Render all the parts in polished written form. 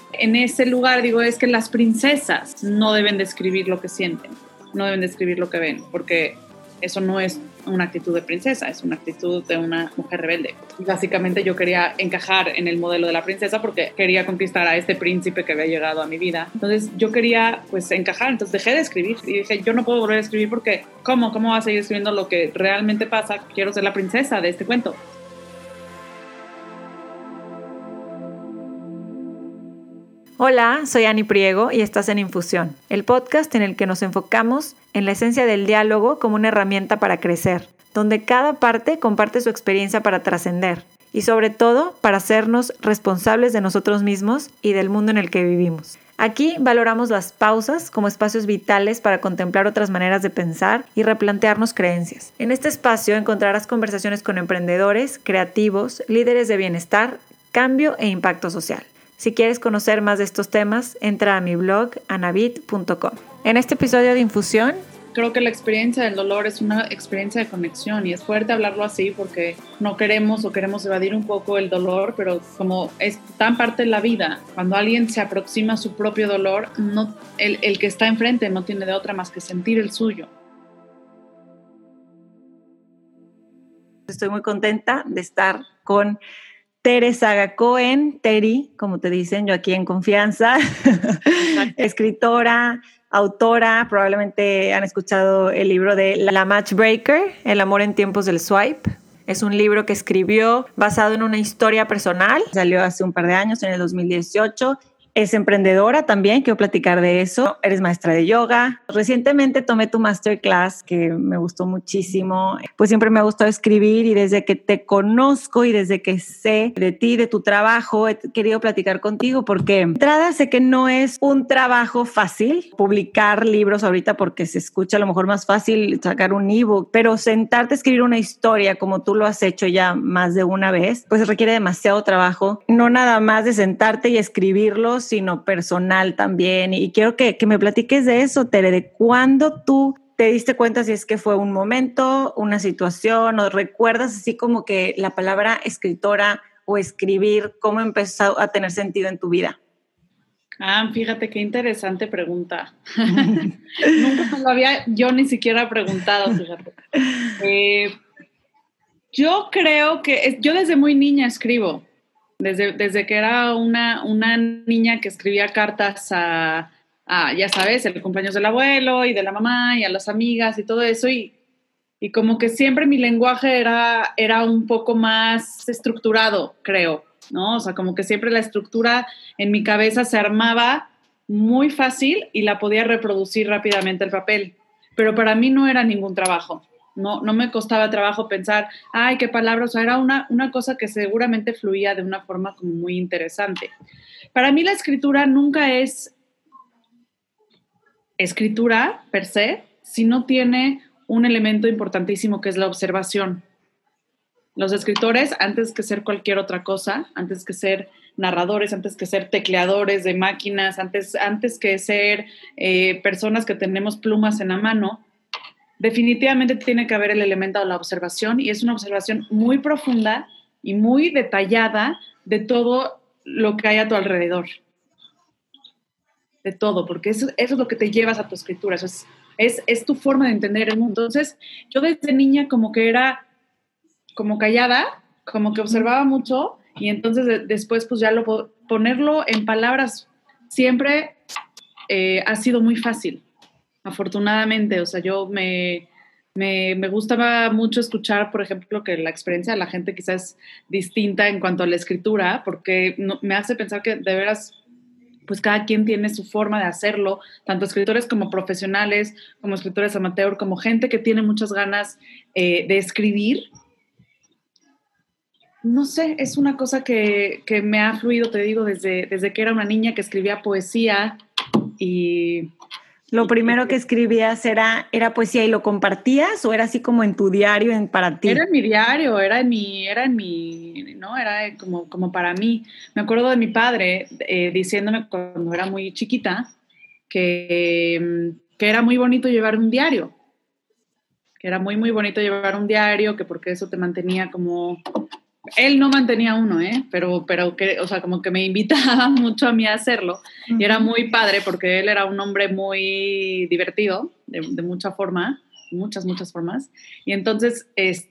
en ese lugar digo, es que las princesas no deben describir lo que sienten, no deben describir lo que ven, porque eso no es una actitud de princesa, es una actitud de una mujer rebelde. Y básicamente yo quería encajar en el modelo de la princesa porque quería conquistar a este príncipe que había llegado a mi vida. Entonces yo quería pues encajar, entonces dejé de escribir y dije, yo no puedo volver a escribir porque ¿cómo va a seguir escribiendo lo que realmente pasa? Quiero ser la princesa de este cuento. Hola, soy Ani Priego y estás en Infusión, el podcast en el que nos enfocamos en la esencia del diálogo como una herramienta para crecer, donde cada parte comparte su experiencia para trascender y sobre todo para hacernos responsables de nosotros mismos y del mundo en el que vivimos. Aquí valoramos las pausas como espacios vitales para contemplar otras maneras de pensar y replantearnos creencias. En este espacio encontrarás conversaciones con emprendedores, creativos, líderes de bienestar, cambio e impacto social. Si quieres conocer más de estos temas, entra a mi blog anabit.com. En este episodio de Infusión, creo que la experiencia del dolor es una experiencia de conexión y es fuerte hablarlo así porque no queremos o queremos evadir un poco el dolor, pero como es tan parte de la vida, cuando alguien se aproxima a su propio dolor, el que está enfrente no tiene de otra más que sentir el suyo. Estoy muy contenta de estar con Tere Saga Cohen, Teri, como te dicen, yo aquí en confianza, escritora, autora, probablemente han escuchado el libro de La Matchbreaker, El amor en tiempos del swipe. Es un libro que escribió basado en una historia personal, salió hace un par de años, en el 2018. Es emprendedora también, quiero platicar de eso. Eres maestra de yoga. Recientemente tomé tu masterclass, que me gustó muchísimo. Pues siempre me ha gustado escribir y desde que te conozco y desde que sé de ti, de tu trabajo, he querido platicar contigo porque de entrada sé que no es un trabajo fácil publicar libros ahorita porque se escucha a lo mejor más fácil sacar un ebook, pero sentarte a escribir una historia como tú lo has hecho ya más de una vez, pues requiere demasiado trabajo. No nada más de sentarte y escribirlo, sino personal también. Y quiero que me platiques de eso, Tere, de cuándo tú te diste cuenta, si es que fue un momento, una situación, o recuerdas así como que la palabra escritora o escribir, cómo empezó a tener sentido en tu vida. Fíjate qué interesante pregunta. Nunca me lo había yo ni siquiera preguntado, fíjate. Yo creo que yo desde muy niña escribo. Desde que era una niña que escribía cartas ya sabes, el cumpleaños del abuelo y de la mamá y a las amigas y todo eso, y como que siempre mi lenguaje era un poco más estructurado, creo, ¿no? O sea, como que siempre la estructura en mi cabeza se armaba muy fácil y la podía reproducir rápidamente el papel, pero para mí no era ningún trabajo. No me costaba trabajo pensar, ay, qué palabras, o sea, era una cosa que seguramente fluía de una forma como muy interesante. Para mí la escritura nunca es escritura per se, si no tiene un elemento importantísimo que es la observación. Los escritores, antes que ser cualquier otra cosa, antes que ser narradores, antes que ser tecleadores de máquinas, antes que ser personas que tenemos plumas en la mano, definitivamente tiene que haber el elemento de la observación, y es una observación muy profunda y muy detallada de todo lo que hay a tu alrededor. De todo, porque eso es lo que te llevas a tu escritura, eso es tu forma de entender el mundo. Entonces, yo desde niña como que era como callada, como que observaba mucho, y entonces después pues ya ponerlo en palabras siempre ha sido muy fácil. Afortunadamente, o sea, yo me gustaba mucho escuchar, por ejemplo, que la experiencia de la gente quizás es distinta en cuanto a la escritura, porque me hace pensar que de veras, pues cada quien tiene su forma de hacerlo, tanto escritores como profesionales, como escritores amateur, como gente que tiene muchas ganas de escribir. No sé, es una cosa que me ha fluido, te digo, desde que era una niña que escribía poesía y... ¿Lo primero que escribías era poesía y lo compartías o era así como en tu diario para ti? Era en mi diario, era en mi, ¿no? Era como para mí. Me acuerdo de mi padre diciéndome cuando era muy chiquita que era muy bonito llevar un diario, que era muy, muy bonito llevar un diario, que porque eso te mantenía como Él no mantenía uno, pero que, o sea, como que me invitaba mucho a mí a hacerlo. Y era muy padre porque él era un hombre muy divertido, de mucha forma, muchas formas. Y entonces,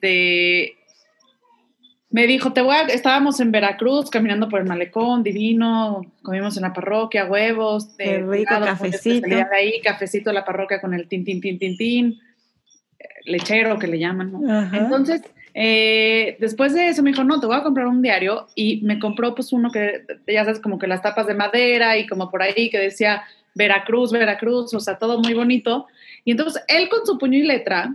me dijo, estábamos en Veracruz caminando por el malecón, divino, comimos en la parroquia, huevos, Qué rico, cafecito. De ahí, cafecito de la parroquia con el tin, tin, tin, tin, tin, lechero que le llaman, ¿no? Ajá. Entonces, después de eso me dijo, no, te voy a comprar un diario, y me compró pues uno que, ya sabes, como que las tapas de madera y como por ahí que decía Veracruz, Veracruz, o sea, todo muy bonito. Y entonces él con su puño y letra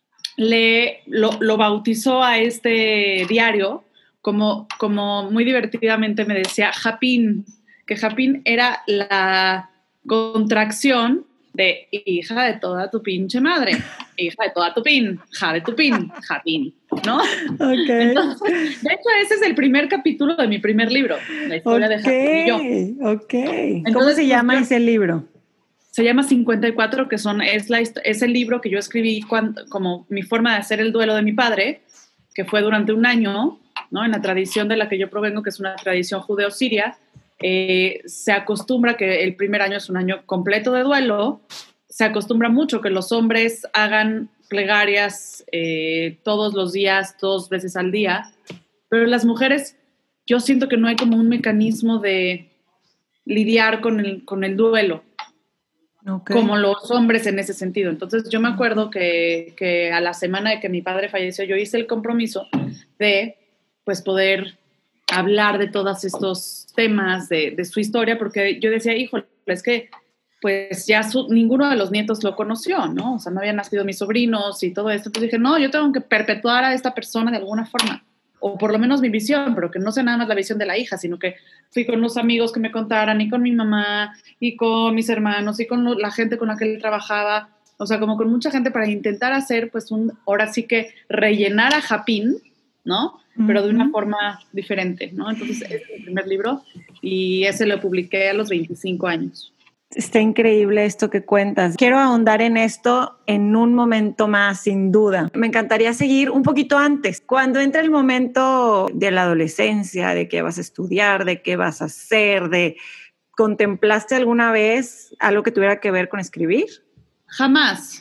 lo bautizó a este diario como muy divertidamente me decía Japín, que Japín era la contracción de hija de toda tu pinche madre, hija de toda tu pin, ja de tu pin, Japín, ¿no? Ok. Entonces, de hecho, ese es el primer capítulo de mi primer libro, la historia de Japín y yo. Ok. Entonces, ¿Cómo se llama ese libro? Se llama 54, que es el libro que yo escribí como mi forma de hacer el duelo de mi padre, que fue durante un año, ¿no? En la tradición de la que yo provengo, que es una tradición judeo-siria, se acostumbra que el primer año es un año completo de duelo. Se acostumbra mucho que los hombres hagan plegarias todos los días, 2 veces al día, pero las mujeres, yo siento que no hay como un mecanismo de lidiar con el duelo. Okay. Como los hombres en ese sentido. Entonces yo me acuerdo que a la semana de que mi padre falleció, yo hice el compromiso de pues poder hablar de todos estos temas de su historia, porque yo decía, híjole, es que pues ya ninguno de los nietos lo conoció, ¿no? O sea, no habían nacido mis sobrinos y todo esto. Entonces dije, no, yo tengo que perpetuar a esta persona de alguna forma, o por lo menos mi visión, pero que no sea nada más la visión de la hija, sino que fui con los amigos que me contaran, y con mi mamá, y con mis hermanos, y con la gente con la que él trabajaba, o sea, como con mucha gente para intentar hacer, pues, ahora sí que rellenar a Japín, ¿no? Pero de una forma diferente, ¿no? Entonces, ese es el primer libro, y ese lo publiqué a los 25 años. Está increíble esto que cuentas. Quiero ahondar en esto en un momento más, sin duda. Me encantaría seguir un poquito antes, cuando entra el momento de la adolescencia, de qué vas a estudiar, de qué vas a hacer, ¿contemplaste alguna vez algo que tuviera que ver con escribir? Jamás.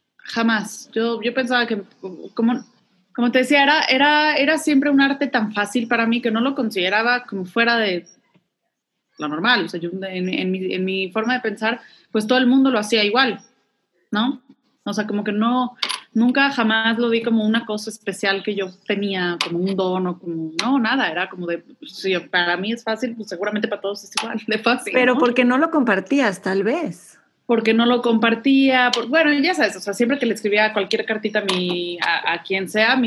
Yo pensaba que, como te decía, era siempre un arte tan fácil para mí que no lo consideraba como fuera de lo normal. O sea, yo en mi forma de pensar, pues todo el mundo lo hacía igual, ¿no? O sea, como que nunca jamás lo vi como una cosa especial que yo tenía, como un don o como, no, nada, era como de, si para mí es fácil, pues seguramente para todos es igual, de fácil. Pero ¿no? porque no lo compartías, tal vez. Porque no lo compartía, bueno, ya sabes, o sea, siempre que le escribía cualquier cartita a quien sea,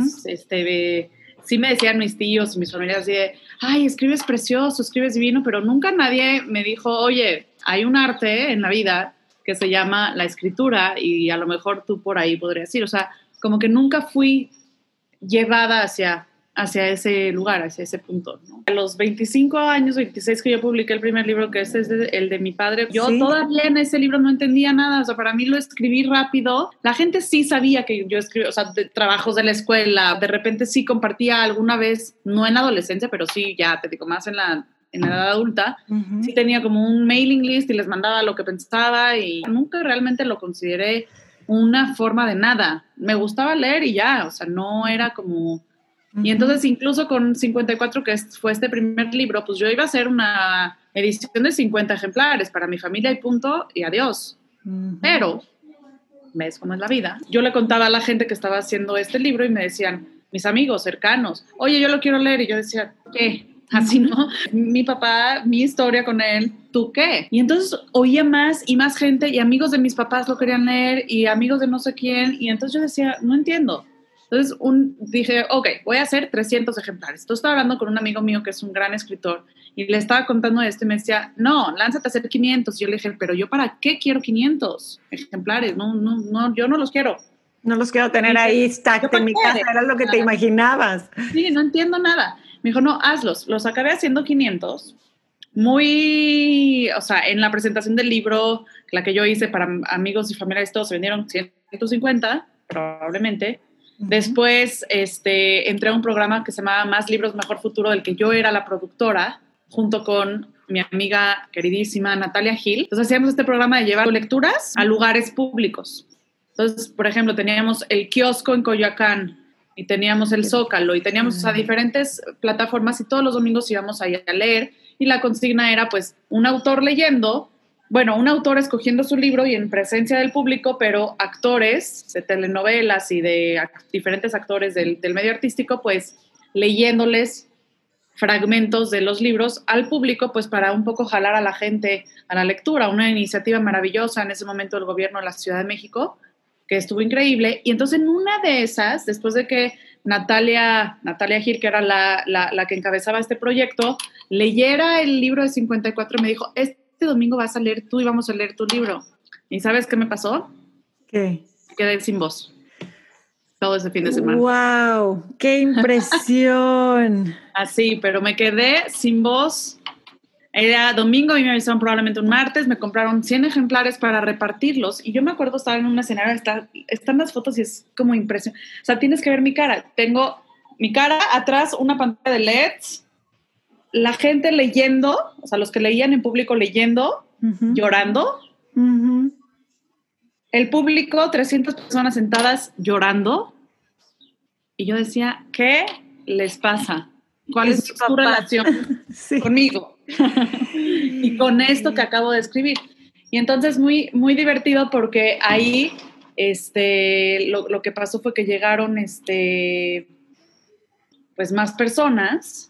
sí me decían mis tíos y mis familiares así de, ay, escribes precioso, escribes divino, pero nunca nadie me dijo, oye, hay un arte en la vida que se llama la escritura y a lo mejor tú por ahí podrías ir. O sea, como que nunca fui llevada hacia ese lugar, hacia ese punto, ¿no? A los 25 años, 26 que yo publiqué el primer libro, que es el de mi padre, yo todavía en ese libro no entendía nada. O sea, para mí lo escribí rápido. La gente sí sabía que yo escribía, o sea, de trabajos de la escuela, de repente sí compartía alguna vez, no en la adolescencia, pero sí, ya te digo, más en la edad adulta, sí tenía como un mailing list y les mandaba lo que pensaba, y nunca realmente lo consideré una forma de nada. Me gustaba leer y ya, o sea, no era como... Y entonces incluso con 54, que fue este primer libro, pues yo iba a hacer una edición de 50 ejemplares para mi familia y punto, y adiós. Pero, ¿ves cómo es la vida? Yo le contaba a la gente que estaba haciendo este libro y me decían, mis amigos cercanos, oye, yo lo quiero leer. Y yo decía, ¿qué? Así, ¿no? Mi papá, mi historia con él, ¿tú qué? Y entonces oía más y más gente, y amigos de mis papás lo querían leer, y amigos de no sé quién, y entonces yo decía, no entiendo. Entonces dije, ok, voy a hacer 300 ejemplares. Entonces estaba hablando con un amigo mío que es un gran escritor, y le estaba contando esto y me decía, no, lánzate a hacer 500. Y yo le dije, pero ¿yo para qué quiero 500 ejemplares? No, yo no los quiero. No los quiero tener ahí stacked en mi casa, era lo que te imaginabas. Sí, no entiendo nada. Me dijo, no, hazlos. Los acabé haciendo 500. Muy, o sea, en la presentación del libro, la que yo hice para amigos y familiares, todos se vendieron 150, probablemente. Después entré a un programa que se llamaba Más Libros, Mejor Futuro, del que yo era la productora, junto con mi amiga queridísima Natalia Gil. Entonces hacíamos este programa de llevar lecturas a lugares públicos. Entonces, por ejemplo, teníamos el kiosco en Coyoacán y teníamos el Zócalo y teníamos diferentes plataformas y todos los domingos íbamos ahí a leer y la consigna era pues un autor leyendo, bueno, un autor escogiendo su libro y en presencia del público, pero actores de telenovelas y de diferentes actores del medio artístico pues leyéndoles fragmentos de los libros al público, pues para un poco jalar a la gente a la lectura, una iniciativa maravillosa en ese momento del gobierno de la Ciudad de México, que estuvo increíble. Y entonces en una de esas, después de que Natalia Gil, que era la que encabezaba este proyecto, leyera el libro de 54, me dijo, este domingo vas a leer tú y vamos a leer tu libro. ¿Y sabes qué me pasó? ¿Qué? Quedé sin voz todo ese fin de semana. ¡Wow! ¡Qué impresión! Así, pero me quedé sin voz. Era domingo y me avisaron probablemente un martes, me compraron 100 ejemplares para repartirlos y yo me acuerdo estar en un escenario, están las fotos y es como impresión. O sea, tienes que ver mi cara. Tengo mi cara atrás, una pantalla de LEDs, la gente leyendo, o sea, los que leían en público leyendo, llorando. El público, 300 personas sentadas llorando. Y yo decía, ¿qué les pasa? ¿Cuál es su relación conmigo? Y con esto que acabo de escribir. Y entonces muy, muy divertido porque ahí lo que pasó fue que llegaron pues más personas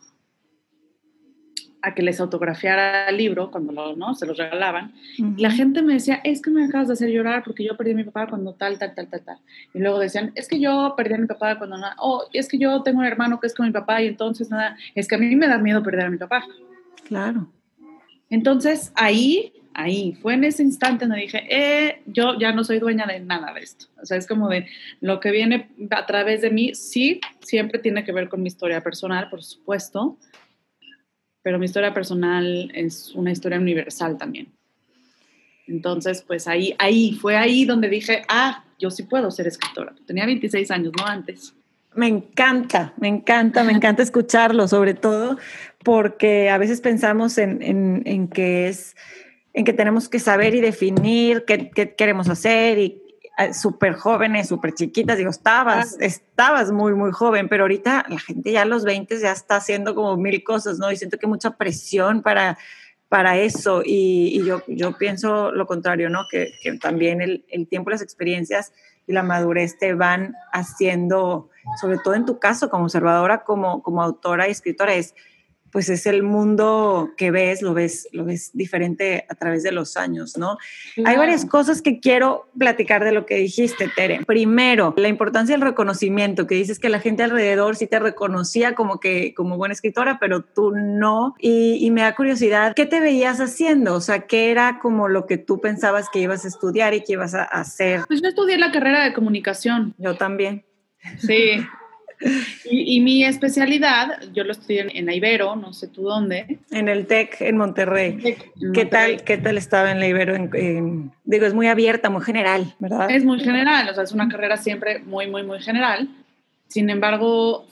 a que les autografiara el libro cuando se los regalaban. Y la gente me decía, es que me acabas de hacer llorar porque yo perdí a mi papá cuando tal. Y luego decían, es que yo perdí a mi papá cuando nada. Oh, es que yo tengo un hermano que es con mi papá y entonces nada. Es que a mí me da miedo perder a mi papá. Claro. Entonces ahí fue en ese instante donde dije, yo ya no soy dueña de nada de esto. O sea, es como de lo que viene a través de mí, sí, siempre tiene que ver con mi historia personal, por supuesto, pero mi historia personal es una historia universal también. Entonces, pues fue ahí donde dije, yo sí puedo ser escritora. Tenía 26 años, no antes. Me encanta escucharlo, sobre todo porque a veces pensamos en que tenemos que saber y definir qué queremos hacer y súper jóvenes, súper chiquitas, digo, estabas muy, muy joven, pero ahorita la gente ya a los 20 ya está haciendo como 1000 cosas, ¿no? Y siento que mucha presión para eso y yo pienso lo contrario, ¿no? Que también el tiempo, las experiencias y la madurez te van haciendo, sobre todo en tu caso como observadora, como autora y escritora, pues es el mundo que lo ves diferente a través de los años, ¿no? Claro. Hay varias cosas que quiero platicar de lo que dijiste, Tere. Primero, la importancia del reconocimiento, que dices que la gente alrededor sí te reconocía como buena escritora, pero tú no. Y me da curiosidad, ¿qué te veías haciendo? O sea, ¿qué era como lo que tú pensabas que ibas a estudiar y que ibas a hacer? Pues yo estudié la carrera de comunicación. Yo también. Sí. Y mi especialidad, yo lo estudié en la Ibero, no sé tú dónde. En el TEC, en Monterrey. ¿Qué tal estaba en la Ibero? Digo, es muy abierta, muy general, ¿verdad? Es muy general, o sea, es una carrera siempre muy, muy, muy general. Sin embargo,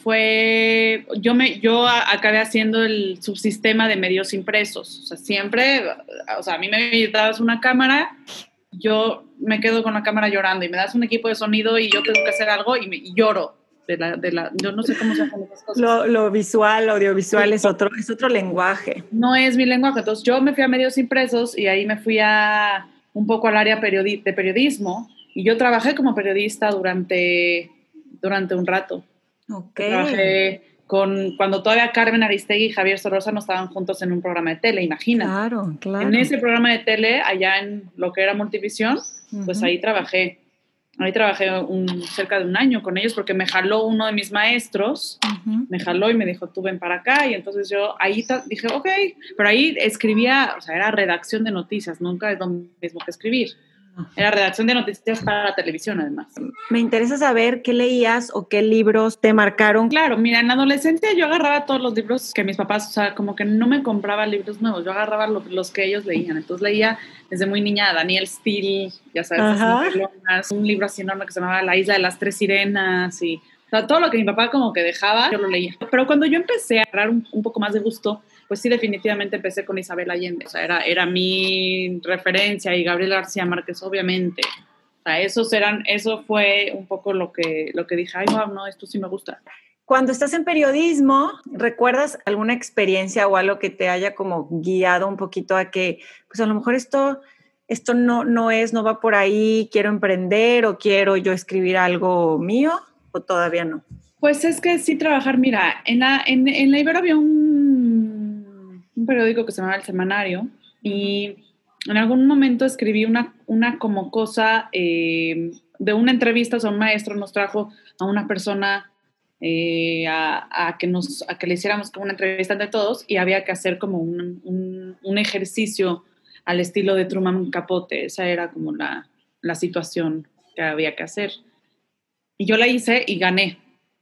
yo acabé haciendo el subsistema de medios impresos. O sea, siempre, a mí me dabas una cámara, yo me quedo con la cámara llorando y me das un equipo de sonido y yo tengo que hacer algo y lloro. Yo no sé cómo se hacen esas cosas. Lo visual, lo audiovisual sí. es otro lenguaje. No es mi lenguaje. Entonces yo me fui a medios impresos y ahí me fui un poco al área de periodismo y yo trabajé como periodista durante un rato. Okay. Trabajé cuando todavía Carmen Aristegui y Javier Sorrosa no estaban juntos en un programa de tele, imagínate. Claro. En ese programa de tele, allá en lo que era Multivisión, pues ahí trabajé. Ahí trabajé cerca de un año con ellos porque me jaló uno de mis maestros, me jaló y me dijo, tú ven para acá. Y entonces yo ahí dije, ok, pero ahí escribía, o sea, era redacción de noticias, nunca es lo mismo que escribir. Era redacción de noticias para la televisión, además. Me interesa saber qué leías o qué libros te marcaron. Claro, mira, en la adolescencia yo agarraba todos los libros que mis papás, o sea, como que no me compraba libros nuevos, yo agarraba los que ellos leían. Entonces leía desde muy niña a Daniel Steele, ya sabes, un libro así enorme que se llamaba La Isla de las Tres Sirenas, y o sea, todo lo que mi papá como que dejaba, yo lo leía. Pero cuando yo empecé a agarrar un poco más de gusto, pues sí, definitivamente empecé con Isabel Allende. O sea, era mi referencia, y Gabriel García Márquez, obviamente. O sea, eso fue un poco lo que dije, ay, wow, no, esto sí me gusta. Cuando estás en periodismo, ¿recuerdas alguna experiencia o algo que te haya como guiado un poquito a que, pues a lo mejor esto no va por ahí, quiero emprender o quiero yo escribir algo mío, o todavía no? Pues es que sí trabajar, mira, en la Ibero había un periódico que se llamaba El Semanario, y en algún momento escribí una como cosa de una entrevista. O sea, un maestro nos trajo a una persona a que le hiciéramos como una entrevista entre todos, y había que hacer como un ejercicio al estilo de Truman Capote. Esa era como la situación que había que hacer. Y yo la hice y gané.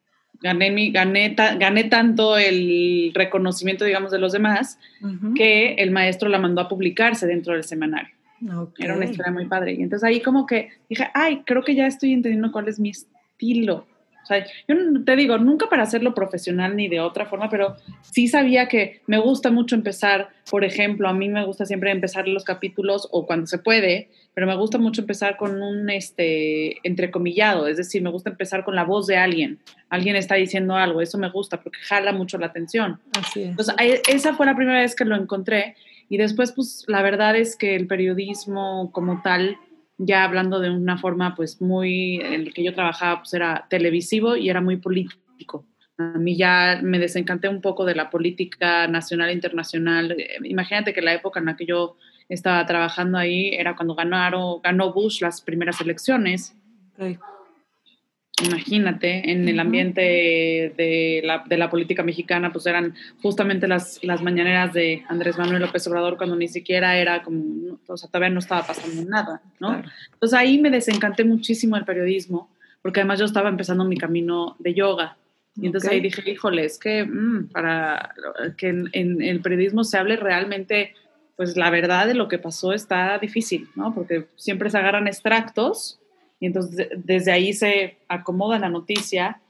Gané tanto el reconocimiento, digamos, de los demás, que el maestro la mandó a publicarse dentro del semanario. Okay. Era una historia muy padre. Y entonces ahí como que dije, ay, creo que ya estoy entendiendo cuál es mi estilo. O sea, yo te digo, nunca para hacerlo profesional ni de otra forma, pero sí sabía que me gusta mucho empezar, por ejemplo, a mí me gusta siempre empezar los capítulos, o cuando se puede, pero me gusta mucho empezar con un entrecomillado, es decir, me gusta empezar con la voz de alguien. Alguien está diciendo algo, eso me gusta porque jala mucho la atención. Así es. Entonces, esa fue la primera vez que lo encontré, y después, pues, la verdad es que el periodismo como tal, ya hablando de una forma, pues, muy, en el que yo trabajaba, pues, era televisivo y era muy político. A mí ya me desencanté un poco de la política nacional e internacional. Imagínate que la época en la que yo estaba trabajando ahí era cuando ganó Bush las primeras elecciones. Okay. Imagínate, en el ambiente de la política mexicana, pues eran justamente las mañaneras de Andrés Manuel López Obrador, cuando ni siquiera era como, o sea, todavía no estaba pasando nada, ¿no? Claro. Entonces ahí me desencanté muchísimo del periodismo, porque además yo estaba empezando mi camino de yoga. Y entonces ahí dije, híjole, es que para que en el periodismo se hable realmente, pues la verdad de lo que pasó está difícil, ¿no? Porque siempre se agarran extractos, y entonces desde ahí se acomoda la noticia,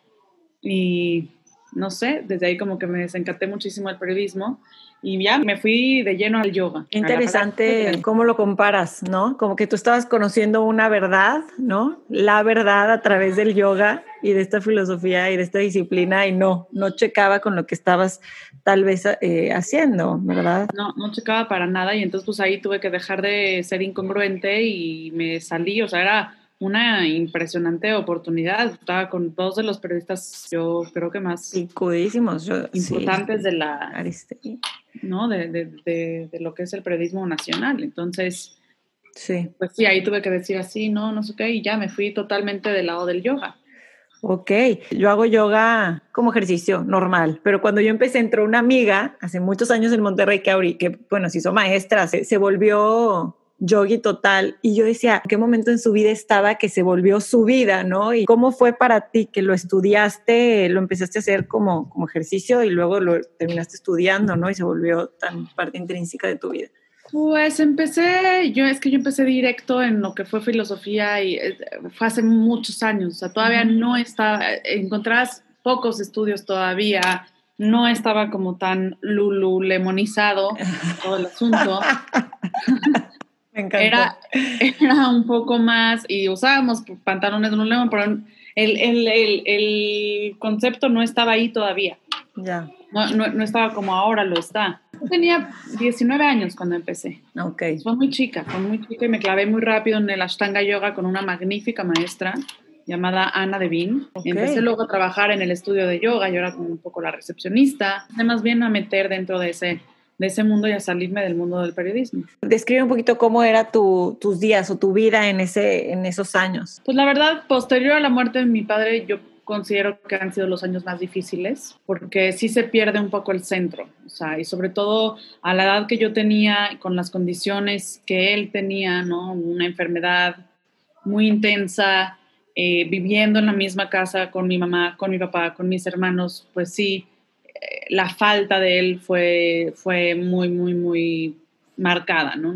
y no sé, desde ahí como que me desencanté muchísimo del periodismo y ya me fui de lleno al yoga. Interesante cómo lo comparas, ¿no? Como que tú estabas conociendo una verdad, ¿no? La verdad a través del yoga y de esta filosofía y de esta disciplina, y no checaba con lo que estabas tal vez haciendo, ¿verdad? No checaba para nada, y entonces pues ahí tuve que dejar de ser incongruente y me salí. O sea, era una impresionante oportunidad. Estaba con dos de los periodistas, yo creo que más picudísimos, importantes, sí, de la Aristegui, ¿no? De lo que es el periodismo nacional. Entonces, sí, pues sí, ahí tuve que decir así, no sé qué, y ya me fui totalmente del lado del yoga. Ok, yo hago yoga como ejercicio normal, pero cuando yo empecé entró una amiga hace muchos años en Monterrey que bueno, se hizo maestra, se volvió yogi total, y yo decía, ¿en qué momento en su vida estaba que se volvió su vida, no? ¿Y cómo fue para ti que lo estudiaste, lo empezaste a hacer como ejercicio y luego lo terminaste estudiando, ¿no? Y se volvió tan parte intrínseca de tu vida. Pues yo empecé directo en lo que fue filosofía, y fue hace muchos años. O sea, todavía no estaba, encontrabas pocos estudios todavía, no estaba como tan lululemonizado todo el asunto. Me encantó. Era un poco más, y usábamos pantalones de Lululemon, pero el concepto no estaba ahí todavía. Ya. No estaba como ahora lo está. Yo tenía 19 años cuando empecé. Okay. Fue muy chica y me clavé muy rápido en el Ashtanga Yoga con una magnífica maestra llamada Ana Devine. Okay. Empecé luego a trabajar en el estudio de yoga, yo era como un poco la recepcionista, más bien a meter dentro de ese mundo y a salirme del mundo del periodismo. Describe un poquito cómo era tus días o tu vida en esos años. Pues la verdad, posterior a la muerte de mi padre, yo considero que han sido los años más difíciles, porque sí se pierde un poco el centro, o sea, y sobre todo a la edad que yo tenía, con las condiciones que él tenía, ¿no? Una enfermedad muy intensa, viviendo en la misma casa con mi mamá, con mi papá, con mis hermanos, pues sí, la falta de él fue muy, muy, muy marcada, ¿no?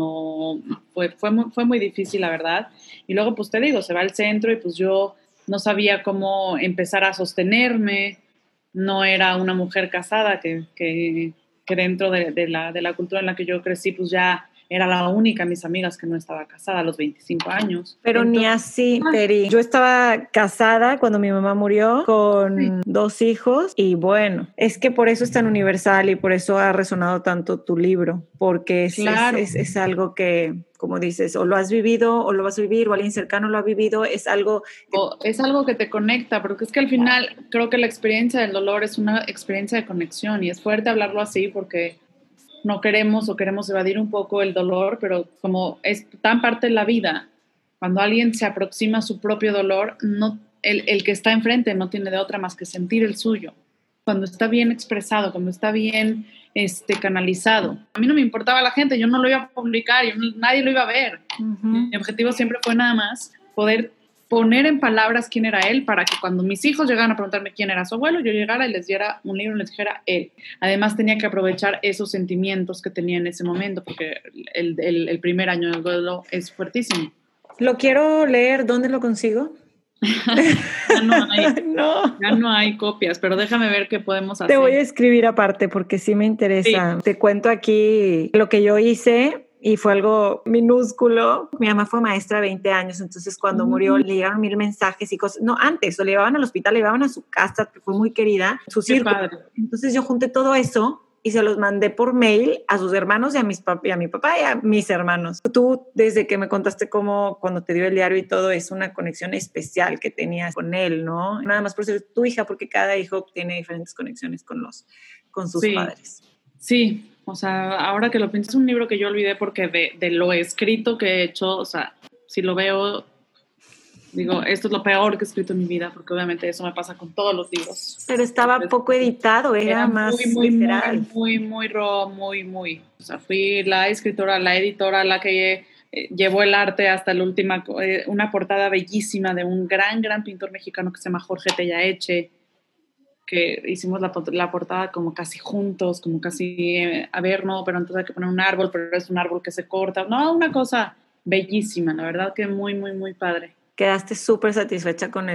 Fue muy difícil, la verdad. Y luego, pues te digo, se va al centro y pues yo no sabía cómo empezar a sostenerme, no era una mujer casada que dentro de la cultura en la que yo crecí, pues ya era la única, mis amigas, que no estaba casada a los 25 años. Pero Entonces, ni así, Teri. Yo estaba casada cuando mi mamá murió con 2 hijos y bueno, es que por eso es tan universal y por eso ha resonado tanto tu libro, porque claro. es algo que, como dices, o lo has vivido o lo vas a vivir o alguien cercano lo ha vivido, es algo... Es algo que te conecta, porque es que al final creo que la experiencia del dolor es una experiencia de conexión y es fuerte hablarlo así porque no queremos o queremos evadir un poco el dolor, pero como es tan parte de la vida, cuando alguien se aproxima a su propio dolor, el que está enfrente no tiene de otra más que sentir el suyo. Cuando está bien expresado, cuando está bien canalizado. A mí no me importaba la gente, yo no lo iba a publicar, nadie lo iba a ver. Mi objetivo siempre fue nada más poder poner en palabras quién era él para que cuando mis hijos llegaran a preguntarme quién era su abuelo, yo llegara y les diera un libro y les dijera él. Además tenía que aprovechar esos sentimientos que tenía en ese momento porque el primer año del duelo es fuertísimo. Lo quiero leer, ¿dónde lo consigo? Ya no hay, no. Ya no hay copias, pero déjame ver qué podemos hacer. Te voy a escribir aparte porque sí me interesa. Sí. Te cuento aquí lo que yo hice y fue algo minúsculo. Mi mamá fue maestra 20 años, entonces cuando murió le llegaron 1000 mensajes y cosas. No, antes, lo llevaban al hospital, le llevaban a su casa, que fue muy querida, su círculo. Padre. Entonces yo junté todo eso y se los mandé por mail a sus hermanos y a mi papá y a mis hermanos. Tú, desde que me contaste cómo cuando te dio el diario y todo, es una conexión especial que tenías con él, ¿no? Nada más por ser tu hija, porque cada hijo tiene diferentes conexiones con sus padres. Sí, o sea, ahora que lo pienso, es un libro que yo olvidé porque de lo escrito que he hecho, o sea, si lo veo, digo, esto es lo peor que he escrito en mi vida, porque obviamente eso me pasa con todos los libros. Pero estaba entonces, poco editado, era más literal. Muy raw, muy. O sea, fui la escritora, la editora, la que llevó el arte hasta la última, una portada bellísima de un gran pintor mexicano que se llama Jorge Tellaeche, que hicimos la portada como casi juntos, como casi, a ver, no, pero entonces hay que poner un árbol, pero es un árbol que se corta. No, una cosa bellísima, la verdad que muy padre. Quedaste súper satisfecha con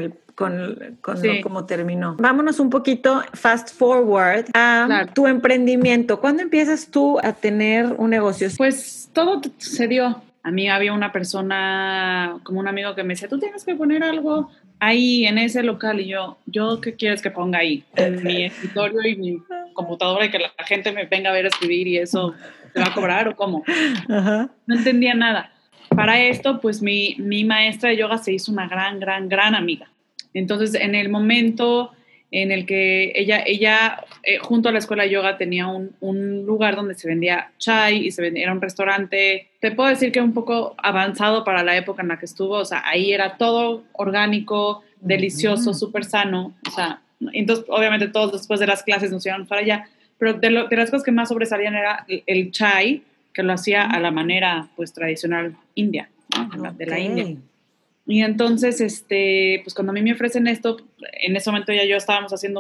sí. Cómo terminó. Vámonos un poquito fast forward a tu emprendimiento. ¿Cuándo empiezas tú a tener un negocio? Pues todo se dio. A mí había una persona, como un amigo que me decía, tú tienes que poner algo ahí en ese local. Y yo, ¿qué quieres que ponga ahí? En mi escritorio y mi computadora y que la gente me venga a ver escribir y eso ¿te va a cobrar o cómo? Ajá. No entendía nada. Para esto, pues mi maestra de yoga se hizo una gran amiga. Entonces, en el momento en el que ella junto a la escuela de yoga tenía un lugar donde se vendía chai y era un restaurante, te puedo decir que un poco avanzado para la época en la que estuvo, o sea, ahí era todo orgánico, delicioso, súper sano, o sea, entonces obviamente todos después de las clases nos iban para allá, pero de las cosas que más sobresalían era el chai, que lo hacía a la manera, pues, tradicional india, ¿no? De la India. Y entonces, pues, cuando a mí me ofrecen esto, en ese momento ya yo estábamos haciendo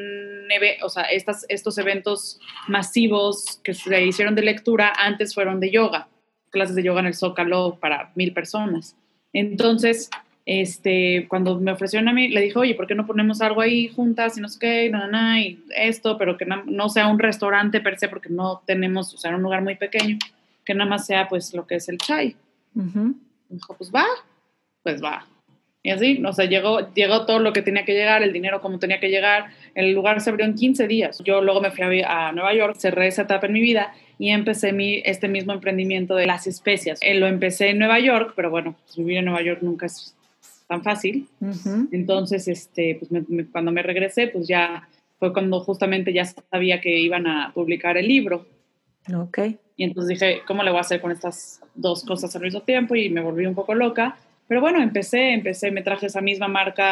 o sea, estos eventos masivos que se hicieron de lectura, antes fueron de yoga, clases de yoga en el Zócalo para 1000 personas. Entonces, cuando me ofrecieron a mí, le dije, oye, ¿por qué no ponemos algo ahí juntas y no sé qué, y esto, pero que no sea un restaurante per se, porque no tenemos, o sea, un lugar muy pequeño, que nada más sea, pues, lo que es el chai. Uh-huh. Dijo, pues va. Y así, o sea, llegó todo lo que tenía que llegar, el dinero como tenía que llegar, el lugar se abrió en 15 días. Yo luego me fui a Nueva York, cerré esa etapa en mi vida y empecé este mismo emprendimiento de las especias. Lo empecé en Nueva York, pero bueno, pues vivir en Nueva York nunca es tan fácil. Uh-huh. Entonces, pues cuando me regresé, pues ya fue cuando justamente ya sabía que iban a publicar el libro. Okay. Y entonces dije, ¿cómo le voy a hacer con estas dos cosas al mismo tiempo? Y me volví un poco loca. Pero bueno, empecé, me traje esa misma marca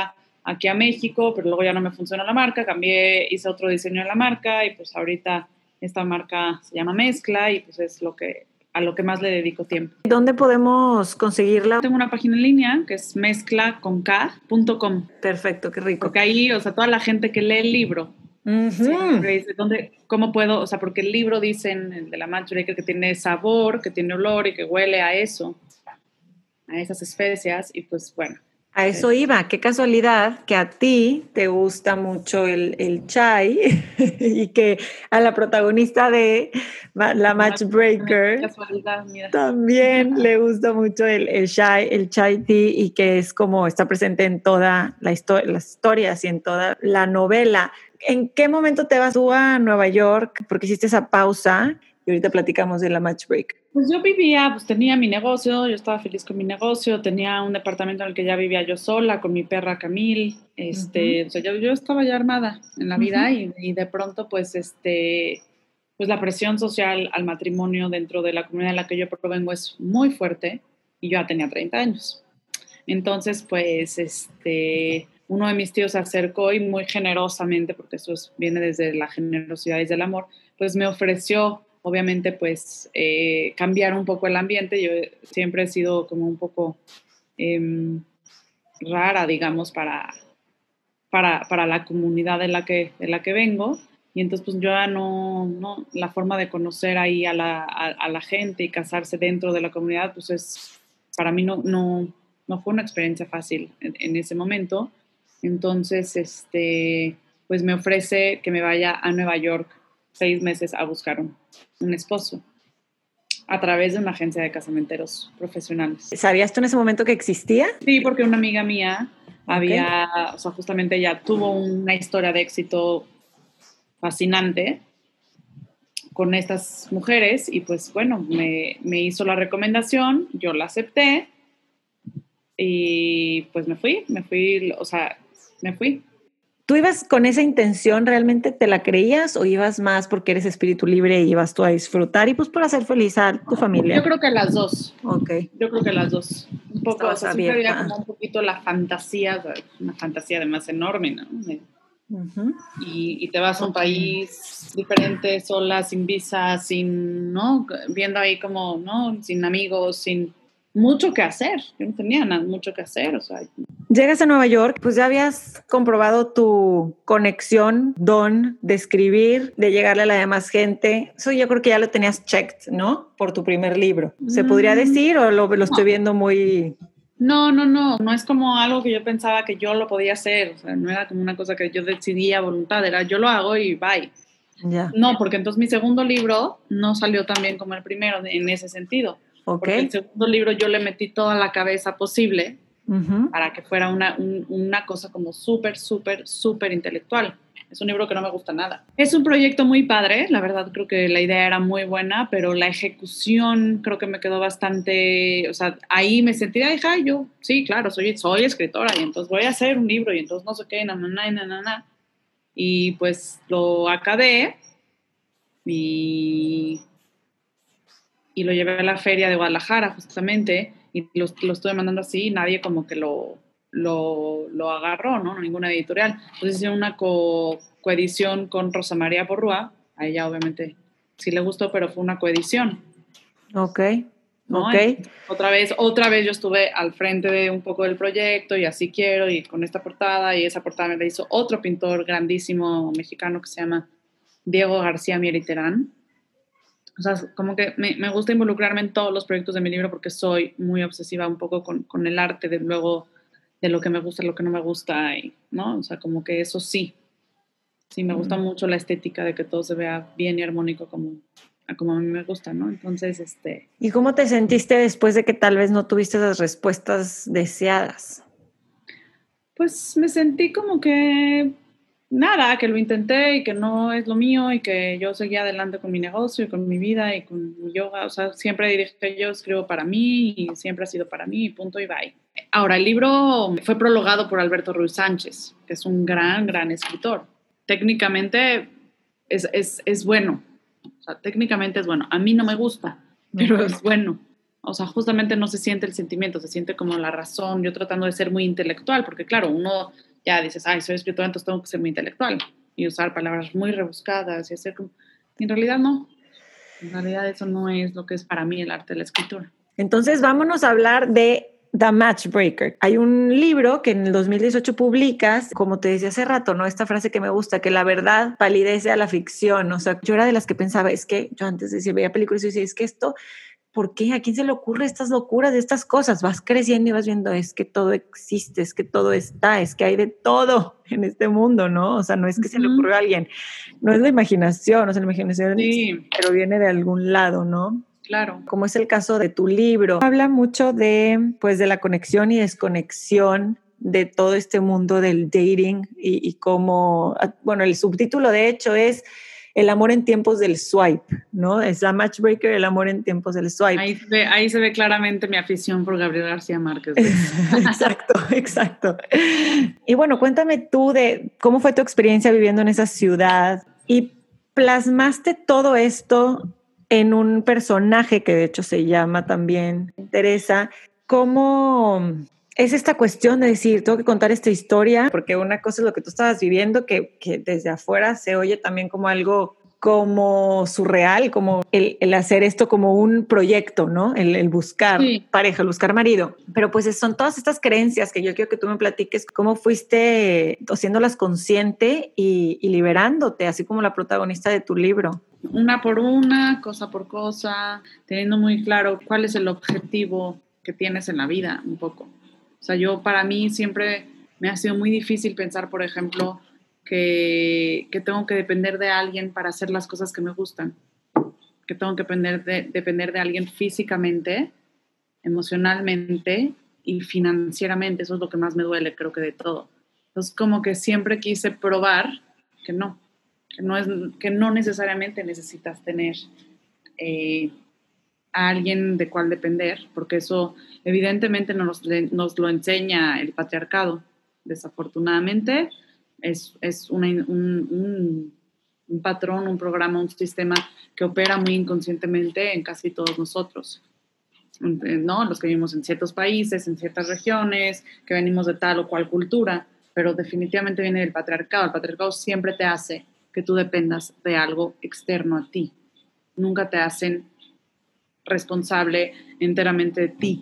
aquí a México, pero luego ya no me funcionó la marca, cambié, hice otro diseño de la marca y pues ahorita esta marca se llama Mezcla y pues es a lo que más le dedico tiempo. ¿Dónde podemos conseguirla? Tengo una página en línea que es mezclaconk.com. Perfecto, qué rico. Porque ahí, o sea, toda la gente que lee el libro, siempre dice, ¿cómo puedo? O sea, porque el libro dicen, el de la Matchbreaker, que tiene sabor, que tiene olor y que huele a eso, a esas especias, y pues bueno. A eso iba, qué casualidad que a ti te gusta mucho el chai y que a la protagonista de la Matchbreaker también le gusta mucho el chai tea y que es como está presente en toda las historias y en toda la novela. ¿En qué momento te vas tú a Nueva York? Porque hiciste esa pausa y ahorita platicamos de la Matchbreaker. Pues yo vivía, pues tenía mi negocio, yo estaba feliz con mi negocio, tenía un departamento en el que ya vivía yo sola, con mi perra Camille, o sea, yo estaba ya armada en la vida y de pronto, pues, pues la presión social al matrimonio dentro de la comunidad en la que yo provengo es muy fuerte y yo ya tenía 30 años. Entonces, pues, uno de mis tíos se acercó y muy generosamente, porque eso viene desde la generosidad y desde el amor, pues me ofreció obviamente, pues, cambiar un poco el ambiente. Yo siempre he sido como un poco rara, digamos, para la comunidad de la que vengo. Y entonces, pues, yo ya no la forma de conocer ahí a la gente y casarse dentro de la comunidad, pues, para mí no fue una experiencia fácil en ese momento. Entonces, pues, me ofrece que me vaya a Nueva York 6 meses a buscar un esposo a través de una agencia de casamenteros profesionales. ¿Sabías tú en ese momento que existía? Sí, porque una amiga mía o sea, justamente ella tuvo una historia de éxito fascinante con estas mujeres y pues bueno, me hizo la recomendación, yo la acepté y pues me fui, o sea, me fui. ¿Tú ibas con esa intención, realmente te la creías o ibas más porque eres espíritu libre y ibas tú a disfrutar y pues para hacer feliz a tu familia? Yo creo que las dos. Ok. Yo creo que las dos. Un poco, o sea, siempre había como un poquito la fantasía, una fantasía además enorme, ¿no? Y te vas a un país diferente, sola, sin visa, ¿no? Viendo ahí como, ¿no? Sin amigos, sin mucho que hacer. Yo no tenía mucho que hacer, o sea. Llegas a Nueva York, pues ya habías comprobado tu conexión, don de escribir, de llegarle a la demás gente. Eso yo creo que ya lo tenías checked, ¿no? Por tu primer libro. ¿Se podría decir o lo estoy viendo muy...? No es como algo que yo pensaba que yo lo podía hacer, o sea, no era como una cosa que yo decidía a voluntad, era yo lo hago y bye. Ya. No, porque entonces mi segundo libro no salió tan bien como el primero en ese sentido. Okay. Porque el segundo libro yo le metí toda la cabeza posible para que fuera una cosa como súper intelectual. Es un libro que no me gusta nada. Es un proyecto muy padre, la verdad creo que la idea era muy buena, pero la ejecución creo que me quedó bastante, o sea, ahí me sentí, yo, sí, claro, soy escritora y entonces voy a hacer un libro y entonces no sé qué, y pues lo acabé y lo llevé a la feria de Guadalajara justamente y lo estuve mandando así y nadie como que lo agarró, ¿no? Ninguna editorial. Entonces hice una coedición con Rosa María Porrúa, a ella obviamente sí le gustó, pero fue una coedición. Ok, ¿no? Ok. Otra vez yo estuve al frente de un poco del proyecto y así quiero y con esta portada y esa portada me la hizo otro pintor grandísimo mexicano que se llama Diego García Mieriterán. O sea, como que me gusta involucrarme en todos los proyectos de mi libro porque soy muy obsesiva un poco con el arte, de luego de lo que me gusta, lo que no me gusta, y, ¿no? O sea, como que eso sí me gusta mucho la estética de que todo se vea bien y armónico como a mí me gusta, ¿no? Entonces, ¿Y cómo te sentiste después de que tal vez no tuviste las respuestas deseadas? Pues me sentí como que nada, que lo intenté y que no es lo mío y que yo seguía adelante con mi negocio y con mi vida y con mi yoga. O sea, siempre dije yo escribo para mí y siempre ha sido para mí y punto y bye. Ahora, el libro fue prologado por Alberto Ruiz Sánchez, que es un gran escritor. Técnicamente es bueno. O sea, técnicamente es bueno. A mí no me gusta, pero es bueno. O sea, justamente no se siente el sentimiento, se siente como la razón. Yo tratando de ser muy intelectual, porque claro, uno ya dices, ay, soy escritora, entonces tengo que ser muy intelectual y usar palabras muy rebuscadas y hacer como... Y en realidad no. En realidad eso no es lo que es para mí el arte de la escritura. Entonces vámonos a hablar de The Matchbreaker. Hay un libro que en el 2018 publicas, como te decía hace rato, ¿no? Esta frase que me gusta, que la verdad palidece a la ficción. O sea, yo era de las que pensaba, es que yo antes decía, veía películas y decía, es que esto, ¿por qué? ¿A quién se le ocurre estas locuras de estas cosas? Vas creciendo y vas viendo, es que todo existe, es que todo está, es que hay de todo en este mundo, ¿no? O sea, no es que se le ocurrió a alguien, no es la imaginación, o sea, la imaginación, sí, pero viene de algún lado, ¿no? Claro. Como es el caso de tu libro. Habla mucho de, pues, de la conexión y desconexión de todo este mundo del dating y cómo, bueno, el subtítulo de hecho es El amor en tiempos del swipe, ¿no? Es la Matchbreaker, el amor en tiempos del swipe. Ahí se ve claramente mi afición por Gabriel García Márquez. Exacto, exacto. Y bueno, cuéntame tú de cómo fue tu experiencia viviendo en esa ciudad y plasmaste todo esto en un personaje que de hecho se llama también Teresa. ¿Cómo es esta cuestión de decir, tengo que contar esta historia? Porque una cosa es lo que tú estabas viviendo, que desde afuera se oye también como algo como surreal, como el hacer esto como un proyecto, ¿no? El buscar pareja, el buscar marido. Pero pues son todas estas creencias que yo quiero que tú me platiques cómo fuiste haciéndolas consciente y liberándote, así como la protagonista de tu libro. Una por una, cosa por cosa, teniendo muy claro cuál es el objetivo que tienes en la vida, un poco. O sea, para mí siempre me ha sido muy difícil pensar, por ejemplo, que tengo que depender de alguien para hacer las cosas que me gustan, que tengo que depender de alguien físicamente, emocionalmente y financieramente. Eso es lo que más me duele, creo que de todo. Entonces, como que siempre quise probar que no necesariamente necesitas tener a alguien de cual depender, porque eso evidentemente nos lo enseña el patriarcado. Desafortunadamente es un patrón, un programa, un sistema que opera muy inconscientemente en casi todos nosotros, ¿no? Los que vivimos en ciertos países, en ciertas regiones, que venimos de tal o cual cultura, pero definitivamente viene del patriarcado. El patriarcado siempre te hace que tú dependas de algo externo a ti. Nunca te hacen responsable enteramente de ti.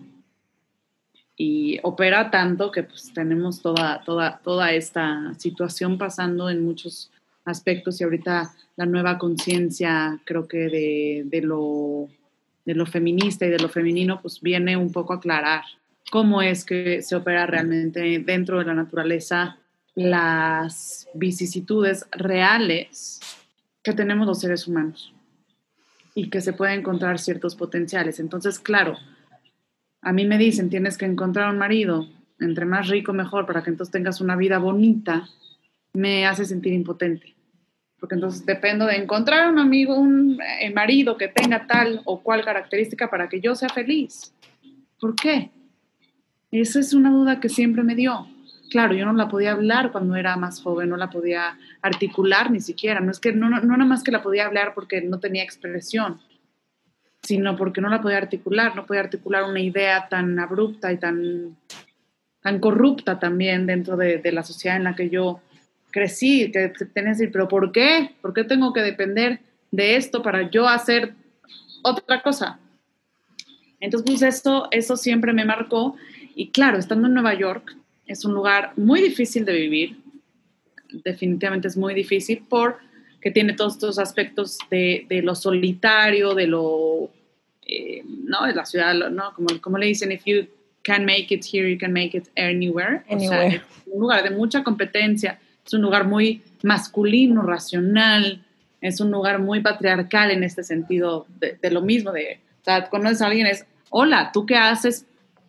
Y opera tanto que pues tenemos toda esta situación pasando en muchos aspectos, y ahorita la nueva conciencia, creo que de lo feminista y de lo femenino, pues viene un poco a aclarar cómo es que se opera realmente dentro de la naturaleza, las vicisitudes reales que tenemos los seres humanos y que se pueden encontrar ciertos potenciales. Entonces, claro, a mí me dicen, tienes que encontrar un marido, entre más rico mejor, para que entonces tengas una vida bonita, me hace sentir impotente. Porque entonces dependo de encontrar un amigo, un marido que tenga tal o cual característica para que yo sea feliz. ¿Por qué? Esa es una duda que siempre me dio. Claro, yo no la podía hablar cuando era más joven, no la podía articular ni siquiera. No nada más que la podía hablar porque no tenía expresión, sino porque no la podía articular. No podía articular una idea tan abrupta y tan corrupta también dentro de la sociedad en la que yo crecí, que tenía que decir, pero ¿por qué? ¿Por qué tengo que depender de esto para yo hacer otra cosa? Entonces, pues eso siempre me marcó. Y claro, estando en Nueva York, es un lugar muy difícil de vivir. Definitivamente es muy difícil porque tiene todos estos aspectos de lo solitario, de lo, ¿no? De la ciudad, ¿no? Como le dicen, if you can make it here, you can make it anywhere. O sea, es un lugar de mucha competencia. Es un lugar muy masculino, racional, es un lugar muy patriarcal en este sentido de lo mismo, o sea, conoces a alguien, es, hola, ¿tú qué haces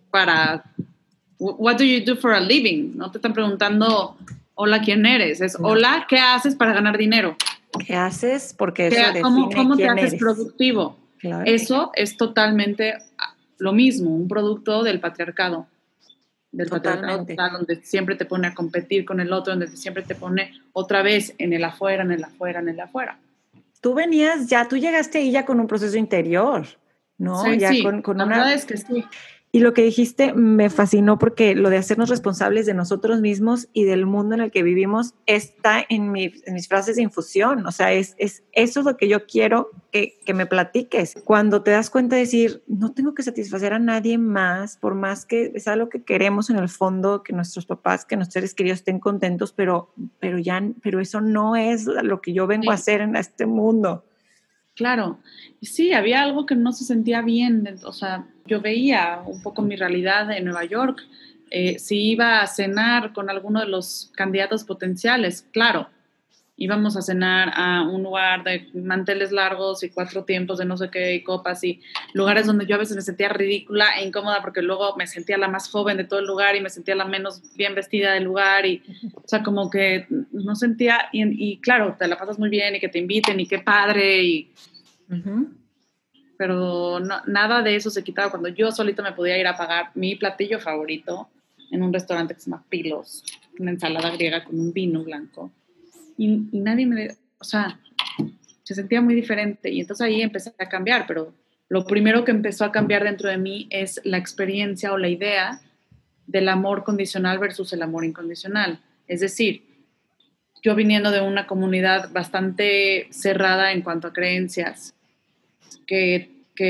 what do you do for a living? No te están preguntando, hola, ¿quién eres? Es, hola, ¿qué haces para ganar dinero? ¿Qué haces? Porque eso define ¿Cómo te haces eres. productivo? Claro. Eso es totalmente lo mismo, un producto del patriarcado. Del patriarcado, donde siempre te pone a competir con el otro, donde siempre te pone otra vez en el afuera, en el afuera, en el afuera. Tú llegaste ahí ya con un proceso interior, ¿no? Sí, ya sí. Con la verdad es que sí. Y lo que dijiste me fascinó porque lo de hacernos responsables de nosotros mismos y del mundo en el que vivimos está en mis frases de infusión. O sea, eso es lo que yo quiero que me platiques. Cuando te das cuenta de decir, no tengo que satisfacer a nadie más, por más que es algo que queremos en el fondo, que nuestros papás, que nuestros seres queridos estén contentos, pero eso no es lo que yo vengo a hacer en este mundo. Claro, sí, había algo que no se sentía bien, o sea, yo veía un poco mi realidad en Nueva York, si iba a cenar con alguno de los candidatos potenciales, claro, íbamos a cenar a un lugar de manteles largos y 4 tiempos de no sé qué y copas y lugares donde yo a veces me sentía ridícula e incómoda porque luego me sentía la más joven de todo el lugar y me sentía la menos bien vestida del lugar y, o sea, como que no sentía, y claro, te la pasas muy bien y que te inviten y qué padre y... Uh-huh. Pero no, nada de eso se quitaba cuando yo solita me podía ir a pagar mi platillo favorito en un restaurante que se llama Pilos, una ensalada griega con un vino blanco. Y nadie o sea, se sentía muy diferente y entonces ahí empecé a cambiar, pero lo primero que empezó a cambiar dentro de mí es la experiencia o la idea del amor condicional versus el amor incondicional. Es decir, yo viniendo de una comunidad bastante cerrada en cuanto a creencias, que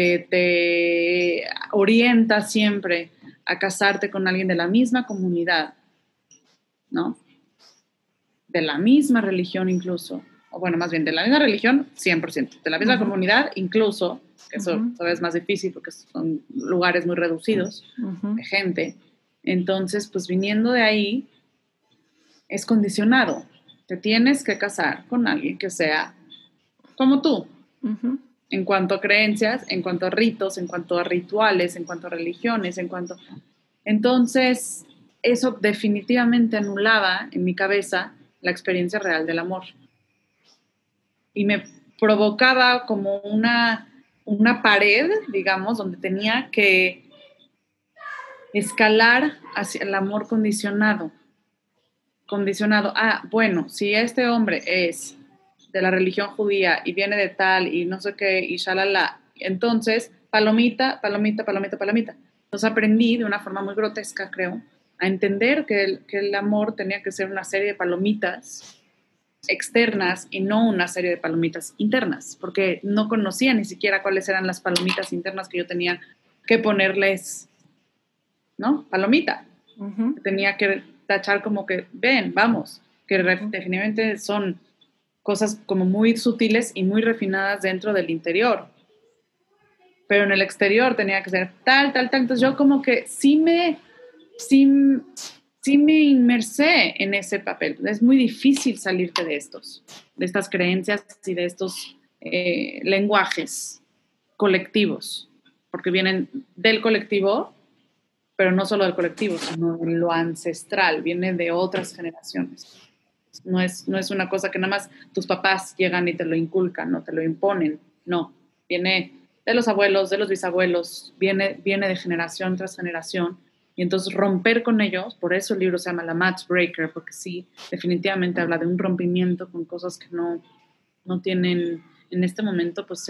te orienta siempre a casarte con alguien de la misma comunidad, ¿no? De la misma religión incluso, o bueno, más bien de la misma religión, 100%, de la misma comunidad incluso, que eso todavía es más difícil porque son lugares muy reducidos de gente. Entonces, pues viniendo de ahí, es condicionado. Te tienes que casar con alguien que sea como tú, en cuanto a creencias, en cuanto a ritos, en cuanto a rituales, en cuanto a religiones, en cuanto... Entonces, eso definitivamente anulaba en mi cabeza la experiencia real del amor. Y me provocaba como una pared, digamos, donde tenía que escalar hacia el amor condicionado. Ah, bueno, si este hombre es de la religión judía y viene de tal y no sé qué y shalala, entonces palomita, palomita, palomita, palomita. Entonces aprendí de una forma muy grotesca, creo, a entender que el amor tenía que ser una serie de palomitas externas y no una serie de palomitas internas, porque no conocía ni siquiera cuáles eran las palomitas internas que yo tenía que ponerles, ¿no? Palomita. Tenía que tachar como que, ven, vamos, que definitivamente son cosas como muy sutiles y muy refinadas dentro del interior. Pero en el exterior tenía que ser tal, tal, tal. Entonces yo como que sí me inmersé en ese papel. Es muy difícil salirte de estas creencias y de estos lenguajes colectivos, porque vienen del colectivo, pero no solo del colectivo, sino de lo ancestral, viene de otras generaciones. No es una cosa que nada más tus papás llegan y te lo inculcan, no te lo imponen, no, viene de los abuelos, de los bisabuelos, viene de generación tras generación, y entonces romper con ellos, por eso el libro se llama La Match Breaker, porque sí, definitivamente habla de un rompimiento con cosas que no tienen en este momento pues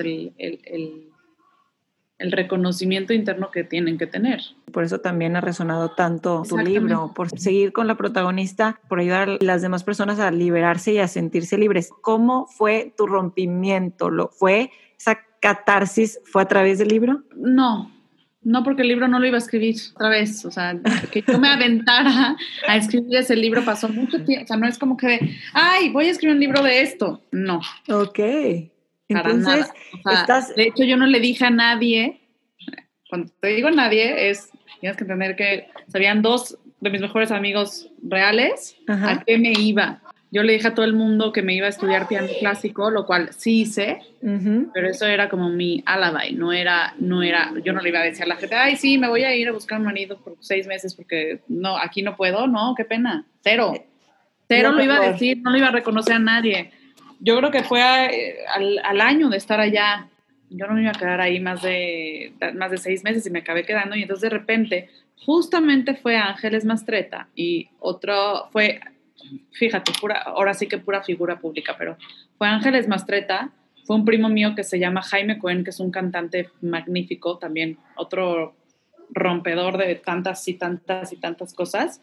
el reconocimiento interno que tienen que tener. Por eso también ha resonado tanto tu libro, por seguir con la protagonista, por ayudar a las demás personas a liberarse y a sentirse libres. ¿Cómo fue tu rompimiento? ¿Esa catarsis fue a través del libro? No, porque el libro no lo iba a escribir otra vez, o sea, que yo me aventara a escribir ese libro pasó mucho tiempo, o sea, no es como que, ay, voy a escribir un libro de esto, no. Ok. Entonces, o sea, de hecho yo no le dije a nadie, cuando te digo nadie, tienes que entender que sabían 2 de mis mejores amigos reales a qué me iba. Yo le dije a todo el mundo que me iba a estudiar piano clásico, lo cual sí hice, pero eso era como mi alibi, no era, yo no le iba a decir a la gente, ay, sí, me voy a ir a buscar un marido por 6 meses porque no, aquí no puedo, no, qué pena, cero lo iba a decir, no lo iba a reconocer a nadie. Yo creo que fue al año de estar allá, yo no me iba a quedar ahí más de 6 meses y me acabé quedando, y entonces de repente, justamente fue Ángeles Mastretta y otro fue, fíjate, ahora sí que pura figura pública, pero fue Ángeles Mastretta, fue un primo mío que se llama Jaime Cohen, que es un cantante magnífico, también otro rompedor de tantas y tantas y tantas cosas.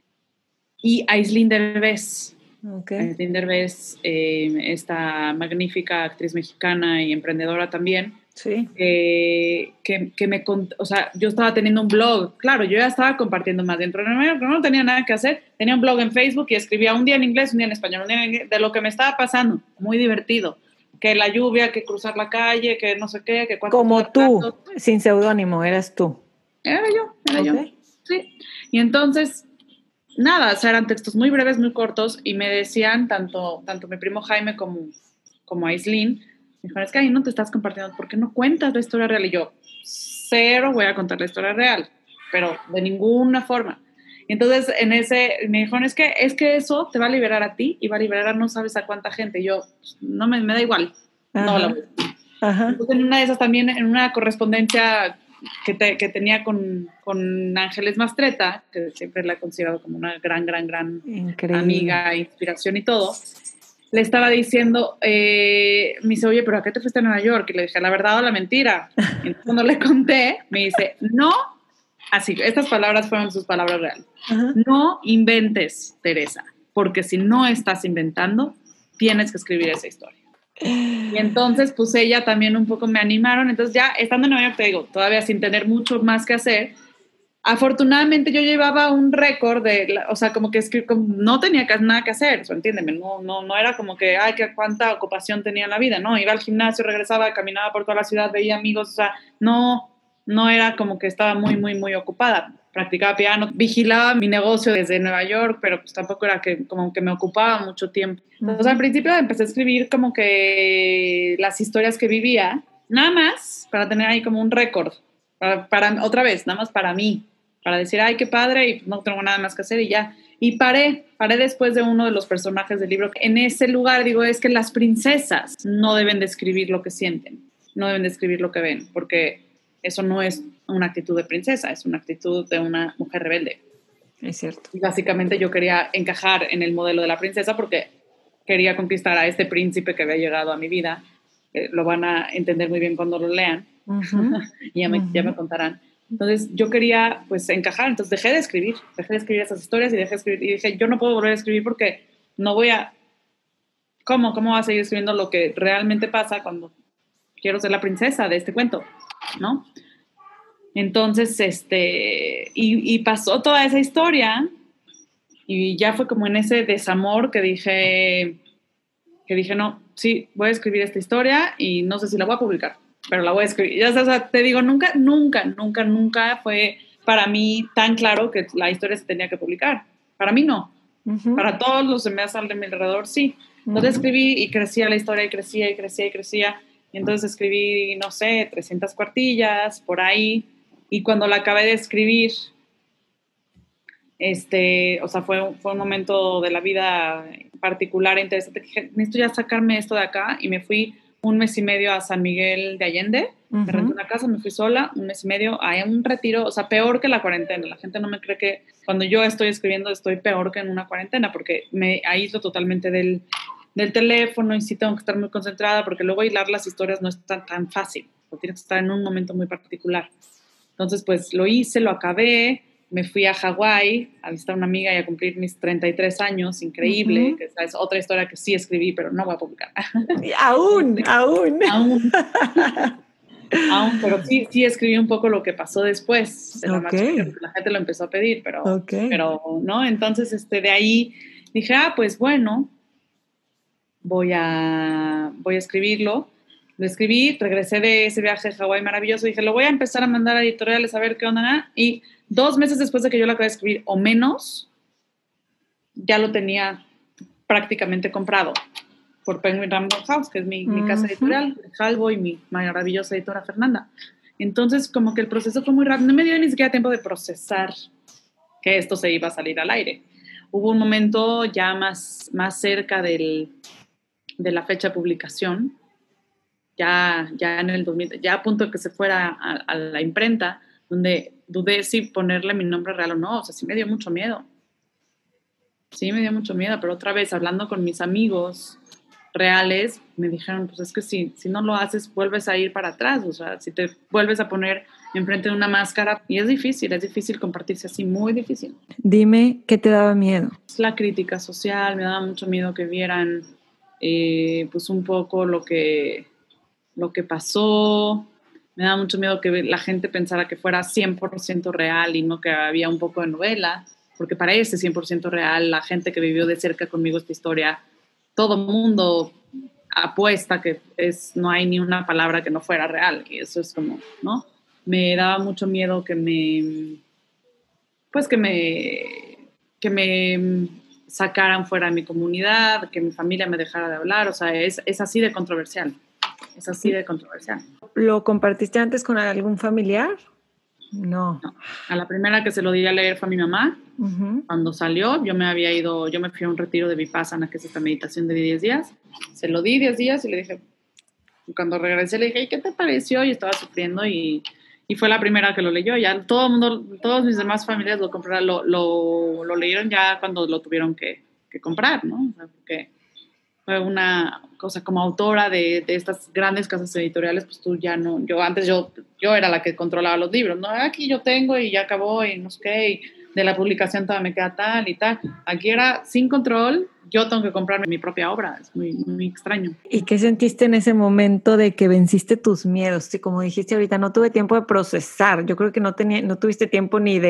Y Aislinn Derbez. Okay. Aislinn Derbez, esta magnífica actriz mexicana y emprendedora también. Sí. Que me contó, o sea, yo estaba teniendo un blog, claro, yo ya estaba compartiendo más dentro de Nueva York, no tenía nada que hacer, tenía un blog en Facebook y escribía un día en inglés, un día en español, un día en inglés, de lo que me estaba pasando, muy divertido, que la lluvia, que cruzar la calle, que no sé qué, que cuánto. Como tú, sin seudónimo, eras tú. Era yo, sí. Y entonces, nada, o sea, eran textos muy breves, muy cortos, y me decían, tanto mi primo Jaime como Aislinn, me dijo, es que ahí no te estás compartiendo, ¿por qué no cuentas la historia real? Y yo, cero voy a contar la historia real, pero de ninguna forma. Y entonces me dijo, es que eso te va a liberar a ti y va a liberar a no sabes a cuánta gente. Y yo, no me da igual. Ajá. No la voy a hacer. Entonces, en una de esas también, en una correspondencia que tenía con Ángeles Mastretta, que siempre la he considerado como una gran increíble amiga, inspiración y todo, le estaba diciendo, me dice, oye, ¿pero a qué te fuiste a Nueva York? Y le dije, ¿la verdad o la mentira? Y entonces, cuando le conté, me dice, no, así, estas palabras fueron sus palabras reales. Uh-huh. No inventes, Teresa, porque si no estás inventando, tienes que escribir esa historia. Y entonces, pues ella también un poco me animaron. Entonces ya, estando en Nueva York, te digo, todavía sin tener mucho más que hacer, afortunadamente yo llevaba un récord o sea, como que no tenía nada que hacer, o sea, entiéndeme, no era como que, ay, cuánta ocupación tenía en la vida, no, iba al gimnasio, regresaba, caminaba por toda la ciudad, veía amigos, o sea, no era como que estaba muy ocupada. Practicaba piano, vigilaba mi negocio desde Nueva York, pero pues tampoco era como que me ocupaba mucho tiempo. Entonces, al principio empecé a escribir como que las historias que vivía, nada más para tener ahí como un récord, para otra vez, nada más para mí, para decir, ay, qué padre, y no tengo nada más que hacer y ya. Y paré después de uno de los personajes del libro. En ese lugar digo, es que las princesas no deben describir lo que sienten, no deben describir lo que ven, porque eso no es una actitud de princesa, es una actitud de una mujer rebelde. Es cierto. Y básicamente yo quería encajar en el modelo de la princesa porque quería conquistar a este príncipe que había llegado a mi vida. Lo van a entender muy bien cuando lo lean. Uh-huh. Y ya me contarán. Entonces yo quería pues encajar, entonces dejé de escribir esas historias y dije, yo no puedo volver a escribir porque no voy a... ¿Cómo va a seguir escribiendo lo que realmente pasa cuando quiero ser la princesa de este cuento? ¿No? Entonces, y pasó toda esa historia y ya fue como en ese desamor que dije, no, sí, voy a escribir esta historia y no sé si la voy a publicar, pero la voy a escribir. Ya, o sea, te digo, nunca fue para mí tan claro que la historia se tenía que publicar. Para mí no. Uh-huh. Para todos los demás de mi alrededor, sí. Entonces escribí y crecía la historia y crecía. Y entonces escribí, no sé, 300 cuartillas, por ahí. Y cuando la acabé de escribir, o sea, fue un momento de la vida particular, interesante. Dije, necesito ya sacarme esto de acá. Y me fui 1 mes y medio a San Miguel de Allende. Uh-huh. Me renté una casa, me fui sola, 1 mes y medio, a un retiro, o sea, peor que la cuarentena. La gente no me cree que cuando yo estoy escribiendo estoy peor que en una cuarentena, porque me aíslo totalmente del teléfono y sí tengo que estar muy concentrada, porque luego hilar las historias no es tan fácil, tienes que estar en un momento muy particular. Entonces, pues lo hice, lo acabé, me fui a Hawái a visitar a una amiga y a cumplir mis 33 años, increíble, uh-huh. Que esa es otra historia que sí escribí, pero no voy a publicar. Aún. Pero sí escribí un poco lo que pasó después de la marcha, porque la gente lo empezó a pedir, pero no, entonces de ahí dije, pues bueno, voy a escribirlo. Lo escribí, regresé de ese viaje a Hawái maravilloso, dije, lo voy a empezar a mandar a editoriales a ver qué onda, y 2 meses después de que yo lo acabé de escribir, o menos, ya lo tenía prácticamente comprado por Penguin Random House, que es mi casa editorial, Halbo, y mi maravillosa editora Fernanda. Entonces, como que el proceso fue muy rápido, no me dio ni siquiera tiempo de procesar que esto se iba a salir al aire. Hubo un momento ya más cerca de la fecha de publicación, ya en el 2000, ya a punto de que se fuera a la imprenta, donde dudé si ponerle mi nombre real o no. O sea, sí me dio mucho miedo. Pero otra vez, hablando con mis amigos, reales, me dijeron, pues es que si no lo haces, vuelves a ir para atrás, o sea, si te vuelves a poner enfrente de una máscara, y es difícil compartirse así, muy difícil. Dime, ¿qué te daba miedo? La crítica social, me daba mucho miedo que vieran pues un poco lo que pasó, me daba mucho miedo que la gente pensara que fuera 100% real y no que había un poco de novela, porque parece 100% real, la gente que vivió de cerca conmigo esta historia, todo mundo apuesta que no hay ni una palabra que no fuera real, y eso es como, ¿no? Me daba mucho miedo pues que me sacaran fuera de mi comunidad, que mi familia me dejara de hablar, o sea, es así de controversial, es así de controversial. ¿Lo compartiste antes con algún familiar? No. No. A la primera que se lo di a leer fue a mi mamá. Uh-huh. Cuando salió, yo me fui a un retiro de Vipassana, que es esta meditación de 10 días. Se lo di 10 días y le dije, cuando regresé le dije, ¿y qué te pareció? Y estaba sufriendo y fue la primera que lo leyó. Ya todo el mundo, todos mis demás familiares lo compraron, lo leyeron ya cuando lo tuvieron que comprar, ¿no? O sea, porque fue una cosa como autora de estas grandes casas editoriales, pues tú ya no, yo era la que controlaba los libros, ¿no? Aquí yo tengo y ya acabó y no sé qué, y de la publicación todavía me queda tal y tal. Aquí era sin control, yo tengo que comprarme mi propia obra, es muy, muy extraño. ¿Y qué sentiste en ese momento de que venciste tus miedos? Sí, como dijiste ahorita, no tuve tiempo de procesar, yo creo que no tuviste tiempo ni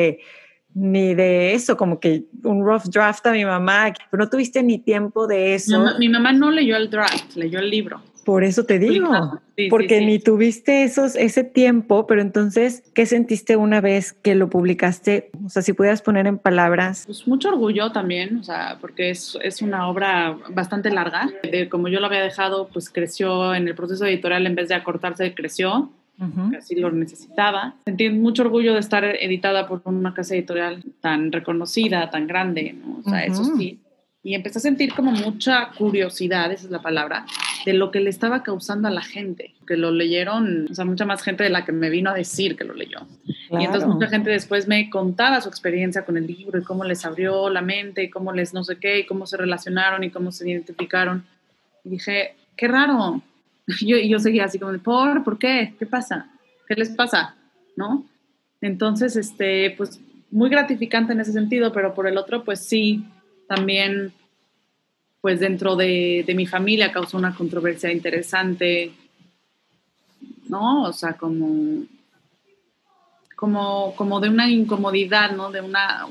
de eso, como que un rough draft a mi mamá, pero no tuviste ni tiempo de eso. Mi mamá no leyó el draft, leyó el libro. Por eso te digo, Sí, porque sí. ni tuviste ese tiempo, pero entonces, ¿qué sentiste una vez que lo publicaste? O sea, si pudieras poner en palabras. Pues mucho orgullo también, o sea, porque es una obra bastante larga. Como yo lo había dejado, pues creció en el proceso editorial, en vez de acortarse, creció. Uh-huh. Así lo necesitaba. Sentí mucho orgullo de estar editada por una casa editorial tan reconocida, tan grande, ¿no? O sea, eso sí. Y empecé a sentir como mucha curiosidad, esa es la palabra, de lo que le estaba causando a la gente, que lo leyeron, o sea, mucha más gente de la que me vino a decir que lo leyó. Claro. Y entonces mucha gente después me contaba su experiencia con el libro y cómo les abrió la mente y cómo les no sé qué y cómo se relacionaron y cómo se identificaron. Y dije, qué raro. Yo seguía así como, ¿por qué? ¿Qué pasa? ¿Qué les pasa? ¿No? Entonces, pues muy gratificante en ese sentido, pero por el otro, pues sí, también, pues dentro de mi familia causó una controversia interesante, ¿no? O sea, como de una incomodidad, ¿no? De una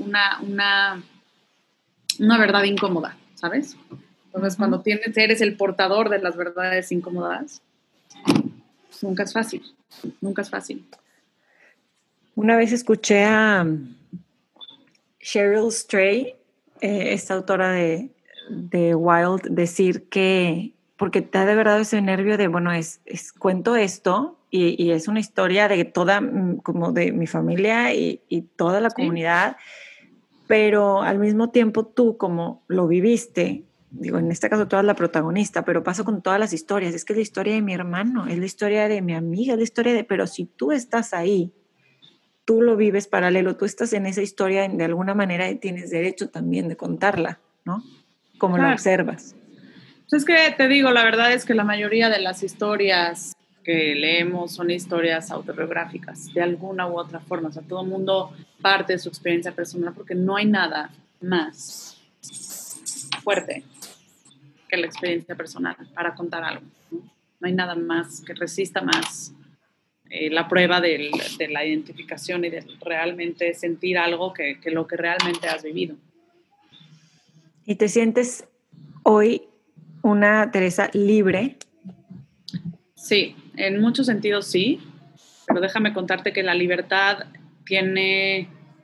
verdad incómoda, ¿sabes? Entonces, cuando eres el portador de las verdades incómodas, pues nunca es fácil, nunca es fácil. Una vez escuché a Cheryl Stray, esta autora de Wild, decir que, porque te ha de verdad ese nervio de, bueno, cuento esto y es una historia de toda, como de mi familia y toda la comunidad, pero al mismo tiempo tú, como lo viviste, digo, en este caso tú eres la protagonista, pero pasa con todas las historias, es que es la historia de mi hermano, es la historia de mi amiga, es la historia de, pero si tú estás ahí, tú lo vives paralelo, tú estás en esa historia de alguna manera y tienes derecho también de contarla, ¿no? Como la observas. Pues es que te digo, la verdad es que la mayoría de las historias que leemos son historias autobiográficas, de alguna u otra forma. O sea, todo el mundo parte de su experiencia personal porque no hay nada más fuerte que la experiencia personal para contar algo, ¿no? No hay nada más que resista más la prueba de la identificación y de realmente sentir algo que lo que realmente has vivido. ¿Y te sientes hoy una Teresa libre? Sí, en muchos sentidos sí, pero déjame contarte que la libertad tiene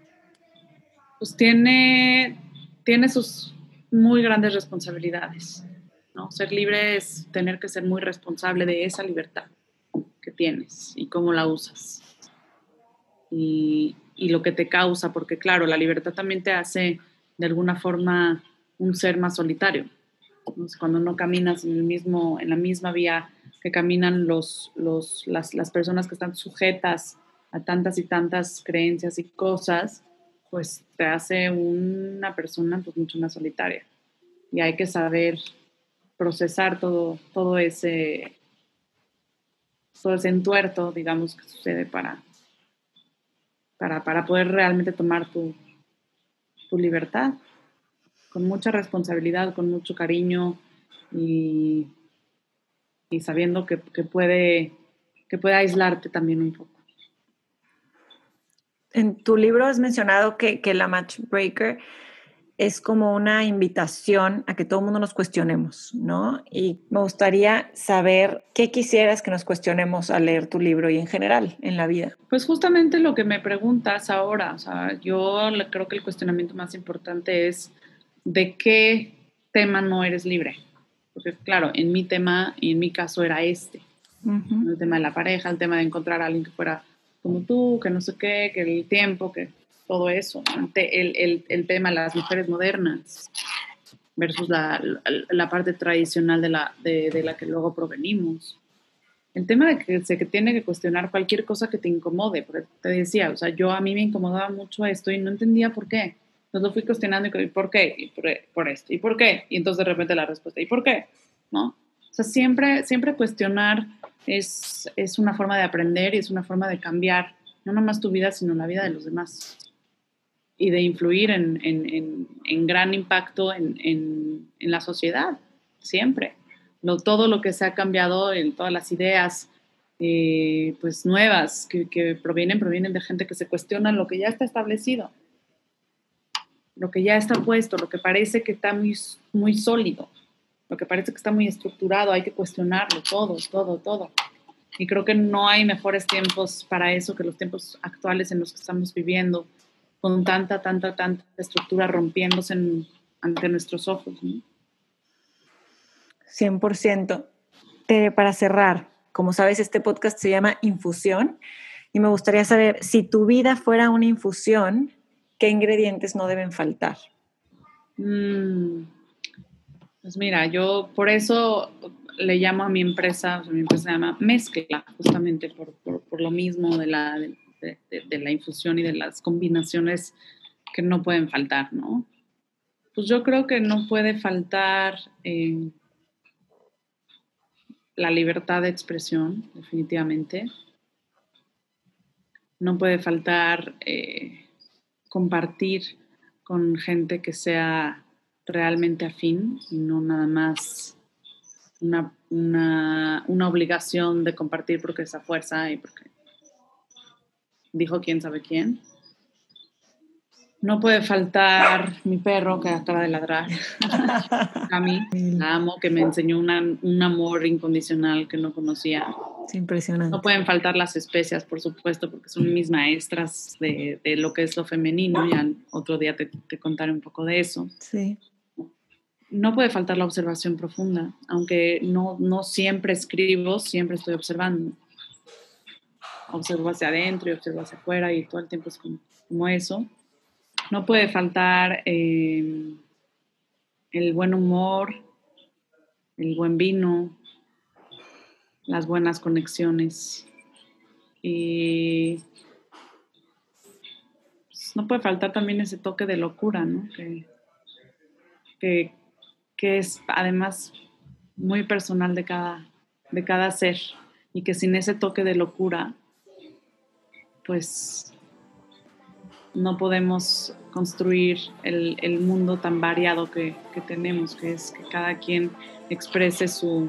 sus muy grandes responsabilidades, ¿no? Ser libre es tener que ser muy responsable de esa libertad que tienes y cómo la usas y lo que te causa, porque claro, la libertad también te hace de alguna forma un ser más solitario. Entonces, cuando no caminas en la misma vía que caminan las personas que están sujetas a tantas y tantas creencias y cosas, pues te hace una persona pues mucho más solitaria. Y hay que saber procesar todo ese entuerto, digamos, que sucede para poder realmente tomar tu libertad, con mucha responsabilidad, con mucho cariño y sabiendo que puede aislarte también un poco. En tu libro has mencionado que la Matchbreaker es como una invitación a que todo el mundo nos cuestionemos, ¿no? Y me gustaría saber qué quisieras que nos cuestionemos al leer tu libro y en general en la vida. Pues justamente lo que me preguntas ahora, o sea, yo creo que el cuestionamiento más importante es de qué tema no eres libre. Porque claro, en mi tema y en mi caso era Uh-huh. el tema de la pareja, el tema de encontrar a alguien que fuera como tú, que no sé qué, que el tiempo, que todo eso. El tema de las mujeres modernas versus la parte tradicional de la que luego provenimos. El tema de que se tiene que cuestionar cualquier cosa que te incomode, porque te decía, o sea, a mí me incomodaba mucho esto y no entendía por qué. Entonces lo fui cuestionando y ¿por qué? Y por esto. ¿Y por qué? Y entonces de repente la respuesta, ¿y por qué? ¿No? O sea, siempre cuestionar es una forma de aprender y es una forma de cambiar, no nomás tu vida, sino la vida de los demás. Y de influir en gran impacto en la sociedad, siempre. Todo lo que se ha cambiado, en todas las ideas pues nuevas que provienen de gente que se cuestiona lo que ya está establecido, lo que ya está puesto, lo que parece que está muy, muy sólido, lo que parece que está muy estructurado, hay que cuestionarlo todo. Y creo que no hay mejores tiempos para eso que los tiempos actuales en los que estamos viviendo, con tanta estructura rompiéndose ante nuestros ojos, ¿no? 100%. Tere, para cerrar, como sabes, este podcast se llama Infusión y me gustaría saber, si tu vida fuera una infusión, ¿qué ingredientes no deben faltar? Pues mira, yo por eso le llamo a mi empresa, o sea, mi empresa se llama Mezcla, justamente por lo mismo de la infusión y de las combinaciones que no pueden faltar, ¿no? Pues yo creo que no puede faltar la libertad de expresión, definitivamente. No puede faltar compartir con gente que sea realmente afín y no nada más una obligación de compartir porque es a fuerza y porque dijo quién sabe quién. No puede faltar mi perro que acaba de ladrar. Cami, la amo, que me enseñó un amor incondicional que no conocía. Es impresionante. No pueden faltar las especias, por supuesto, porque son mis maestras de lo que es lo femenino. Ya otro día te contaré un poco de eso. Sí. No puede faltar la observación profunda, aunque no siempre escribo, siempre estoy observando. Observo hacia adentro y observo hacia afuera y todo el tiempo es como eso. No puede faltar el buen humor, el buen vino, las buenas conexiones. Y pues, no puede faltar también ese toque de locura, ¿no? Que es además muy personal de cada ser. Y que sin ese toque de locura, pues no podemos construir el mundo tan variado que tenemos, que es que cada quien exprese su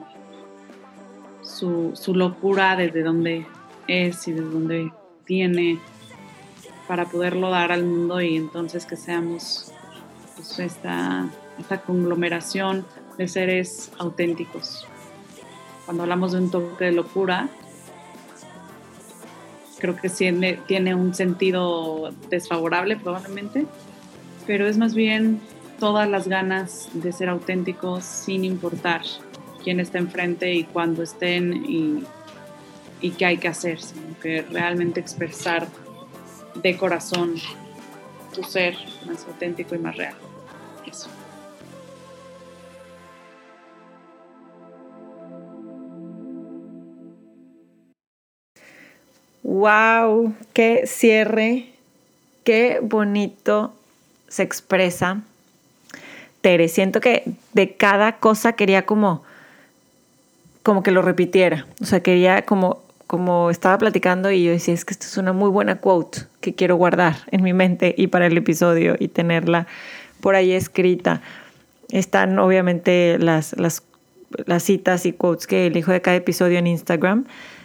locura desde donde es y desde donde tiene para poderlo dar al mundo y entonces que seamos pues, esta conglomeración de seres auténticos. Cuando hablamos de un toque de locura, creo que sí tiene un sentido desfavorable probablemente, pero es más bien todas las ganas de ser auténticos sin importar quién está enfrente y cuándo estén y qué hay que hacer, sino que realmente expresar de corazón tu ser más auténtico y más real. Eso. ¡Wow! ¡Qué cierre! ¡Qué bonito se expresa! Tere. Siento que de cada cosa quería como que lo repitiera. O sea, quería como estaba platicando y yo decía, es que esto es una muy buena quote que quiero guardar en mi mente y para el episodio y tenerla por ahí escrita. Están obviamente las citas y quotes que elijo de cada episodio en Instagram.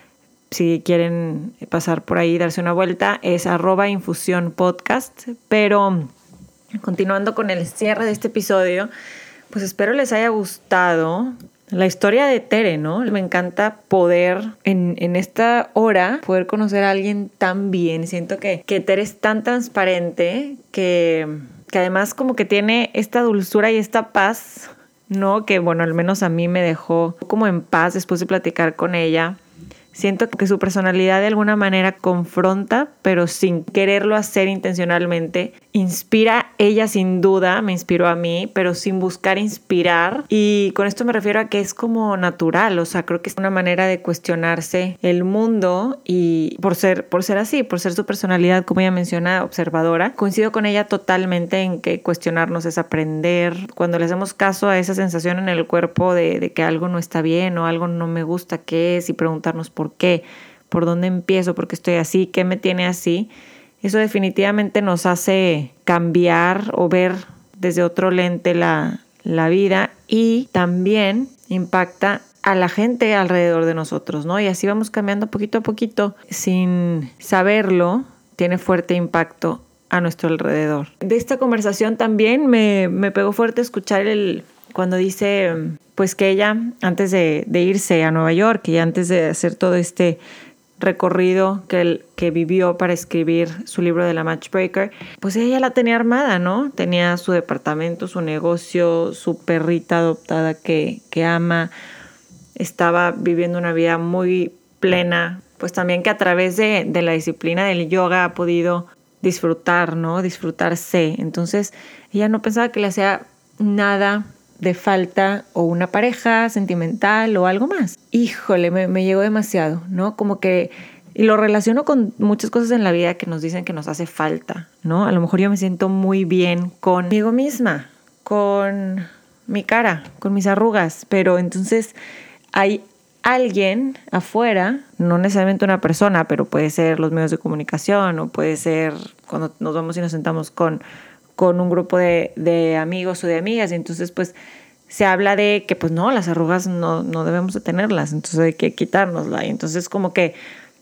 Si quieren pasar por ahí y darse una vuelta, es @infusionpodcast. Pero continuando con el cierre de este episodio, pues espero les haya gustado la historia de Tere, ¿no? Me encanta poder en esta hora poder conocer a alguien tan bien. Siento que Tere es tan transparente que además como que tiene esta dulzura y esta paz, ¿no? Que bueno, al menos a mí me dejó como en paz después de platicar con ella. Siento que su personalidad de alguna manera confronta, pero sin quererlo hacer intencionalmente. Inspira, ella sin duda, me inspiró a mí, pero sin buscar inspirar. Y con esto me refiero a que es como natural, o sea, creo que es una manera de cuestionarse el mundo y por ser así, por ser su personalidad, como ella menciona, observadora. Coincido con ella totalmente en que cuestionarnos es aprender. Cuando le hacemos caso a esa sensación en el cuerpo de que algo no está bien o algo no me gusta, ¿qué es? Y preguntarnos por qué, por dónde empiezo, por qué estoy así, qué me tiene así. Eso definitivamente nos hace cambiar o ver desde otro lente la vida y también impacta a la gente alrededor de nosotros, ¿no? Y así vamos cambiando poquito a poquito sin saberlo, tiene fuerte impacto a nuestro alrededor. De esta conversación también me pegó fuerte escuchar cuando dice pues que ella antes de irse a Nueva York y antes de hacer todo este recorrido que vivió para escribir su libro de la Matchbreaker, pues ella la tenía armada, ¿no? Tenía su departamento, su negocio, su perrita adoptada que ama, estaba viviendo una vida muy plena, pues también que a través de la disciplina del yoga ha podido disfrutar, ¿no? Disfrutarse. Entonces ella no pensaba que le hacía nada de falta o una pareja sentimental o algo más. Híjole, me llegó demasiado, ¿no? Como que lo relaciono con muchas cosas en la vida que nos dicen que nos hace falta, ¿no? A lo mejor yo me siento muy bien conmigo misma, con mi cara, con mis arrugas, pero entonces hay alguien afuera, no necesariamente una persona, pero puede ser los medios de comunicación o puede ser cuando nos vamos y nos sentamos con un grupo de amigos o de amigas y entonces pues se habla de que pues no, las arrugas no debemos de tenerlas, entonces hay que quitárnosla y entonces como que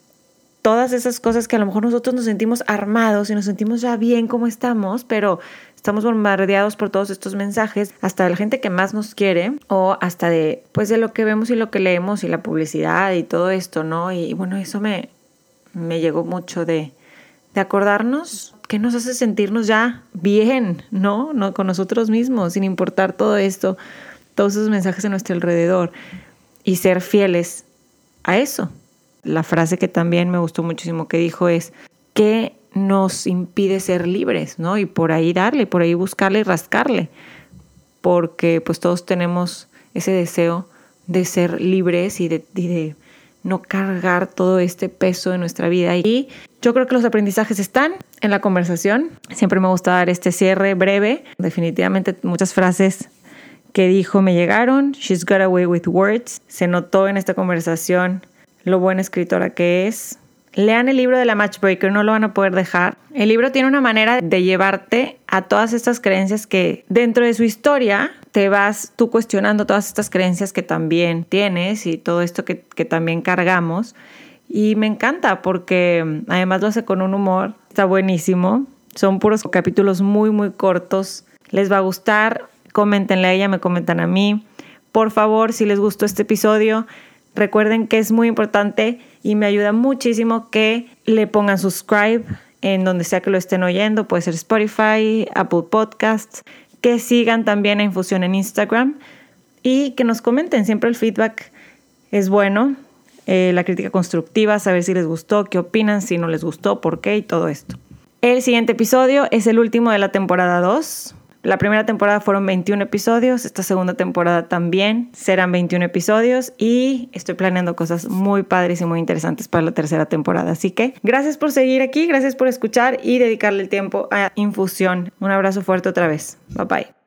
todas esas cosas que a lo mejor nosotros nos sentimos armados y nos sentimos ya bien como estamos, pero estamos bombardeados por todos estos mensajes, hasta de la gente que más nos quiere o hasta de lo que vemos y lo que leemos y la publicidad y todo esto, ¿no? Y bueno, eso me llegó mucho de acordarnos que nos hace sentirnos ya bien, ¿no? Con nosotros mismos, sin importar todo esto, todos esos mensajes a nuestro alrededor y ser fieles a eso. La frase que también me gustó muchísimo que dijo es ¿qué nos impide ser libres? ¿No? Y por ahí darle, por ahí buscarle y rascarle, porque pues todos tenemos ese deseo de ser libres y de no cargar todo este peso en nuestra vida. Y yo creo que los aprendizajes están en la conversación. Siempre me gusta dar este cierre breve. Definitivamente muchas frases que dijo me llegaron. She's got a way with words. Se notó en esta conversación lo buena escritora que es. Lean el libro de la Matchbreaker, no lo van a poder dejar. El libro tiene una manera de llevarte a todas estas creencias que dentro de su historia te vas tú cuestionando todas estas creencias que también tienes y todo esto que también cargamos. Y me encanta porque además lo hace con un humor, está buenísimo. Son puros capítulos muy, muy cortos. Les va a gustar, coméntenle a ella, me comentan a mí. Por favor, si les gustó este episodio, recuerden que es muy importante y me ayuda muchísimo que le pongan subscribe en donde sea que lo estén oyendo. Puede ser Spotify, Apple Podcasts. Que sigan también a Infusión en Instagram y que nos comenten. Siempre el feedback es bueno. La crítica constructiva, saber si les gustó, qué opinan, si no les gustó, por qué y todo esto. El siguiente episodio es el último de la temporada 2. La primera temporada fueron 21 episodios, esta segunda temporada también serán 21 episodios y estoy planeando cosas muy padres y muy interesantes para la tercera temporada. Así que gracias por seguir aquí, gracias por escuchar y dedicarle el tiempo a Infusión. Un abrazo fuerte otra vez. Bye bye.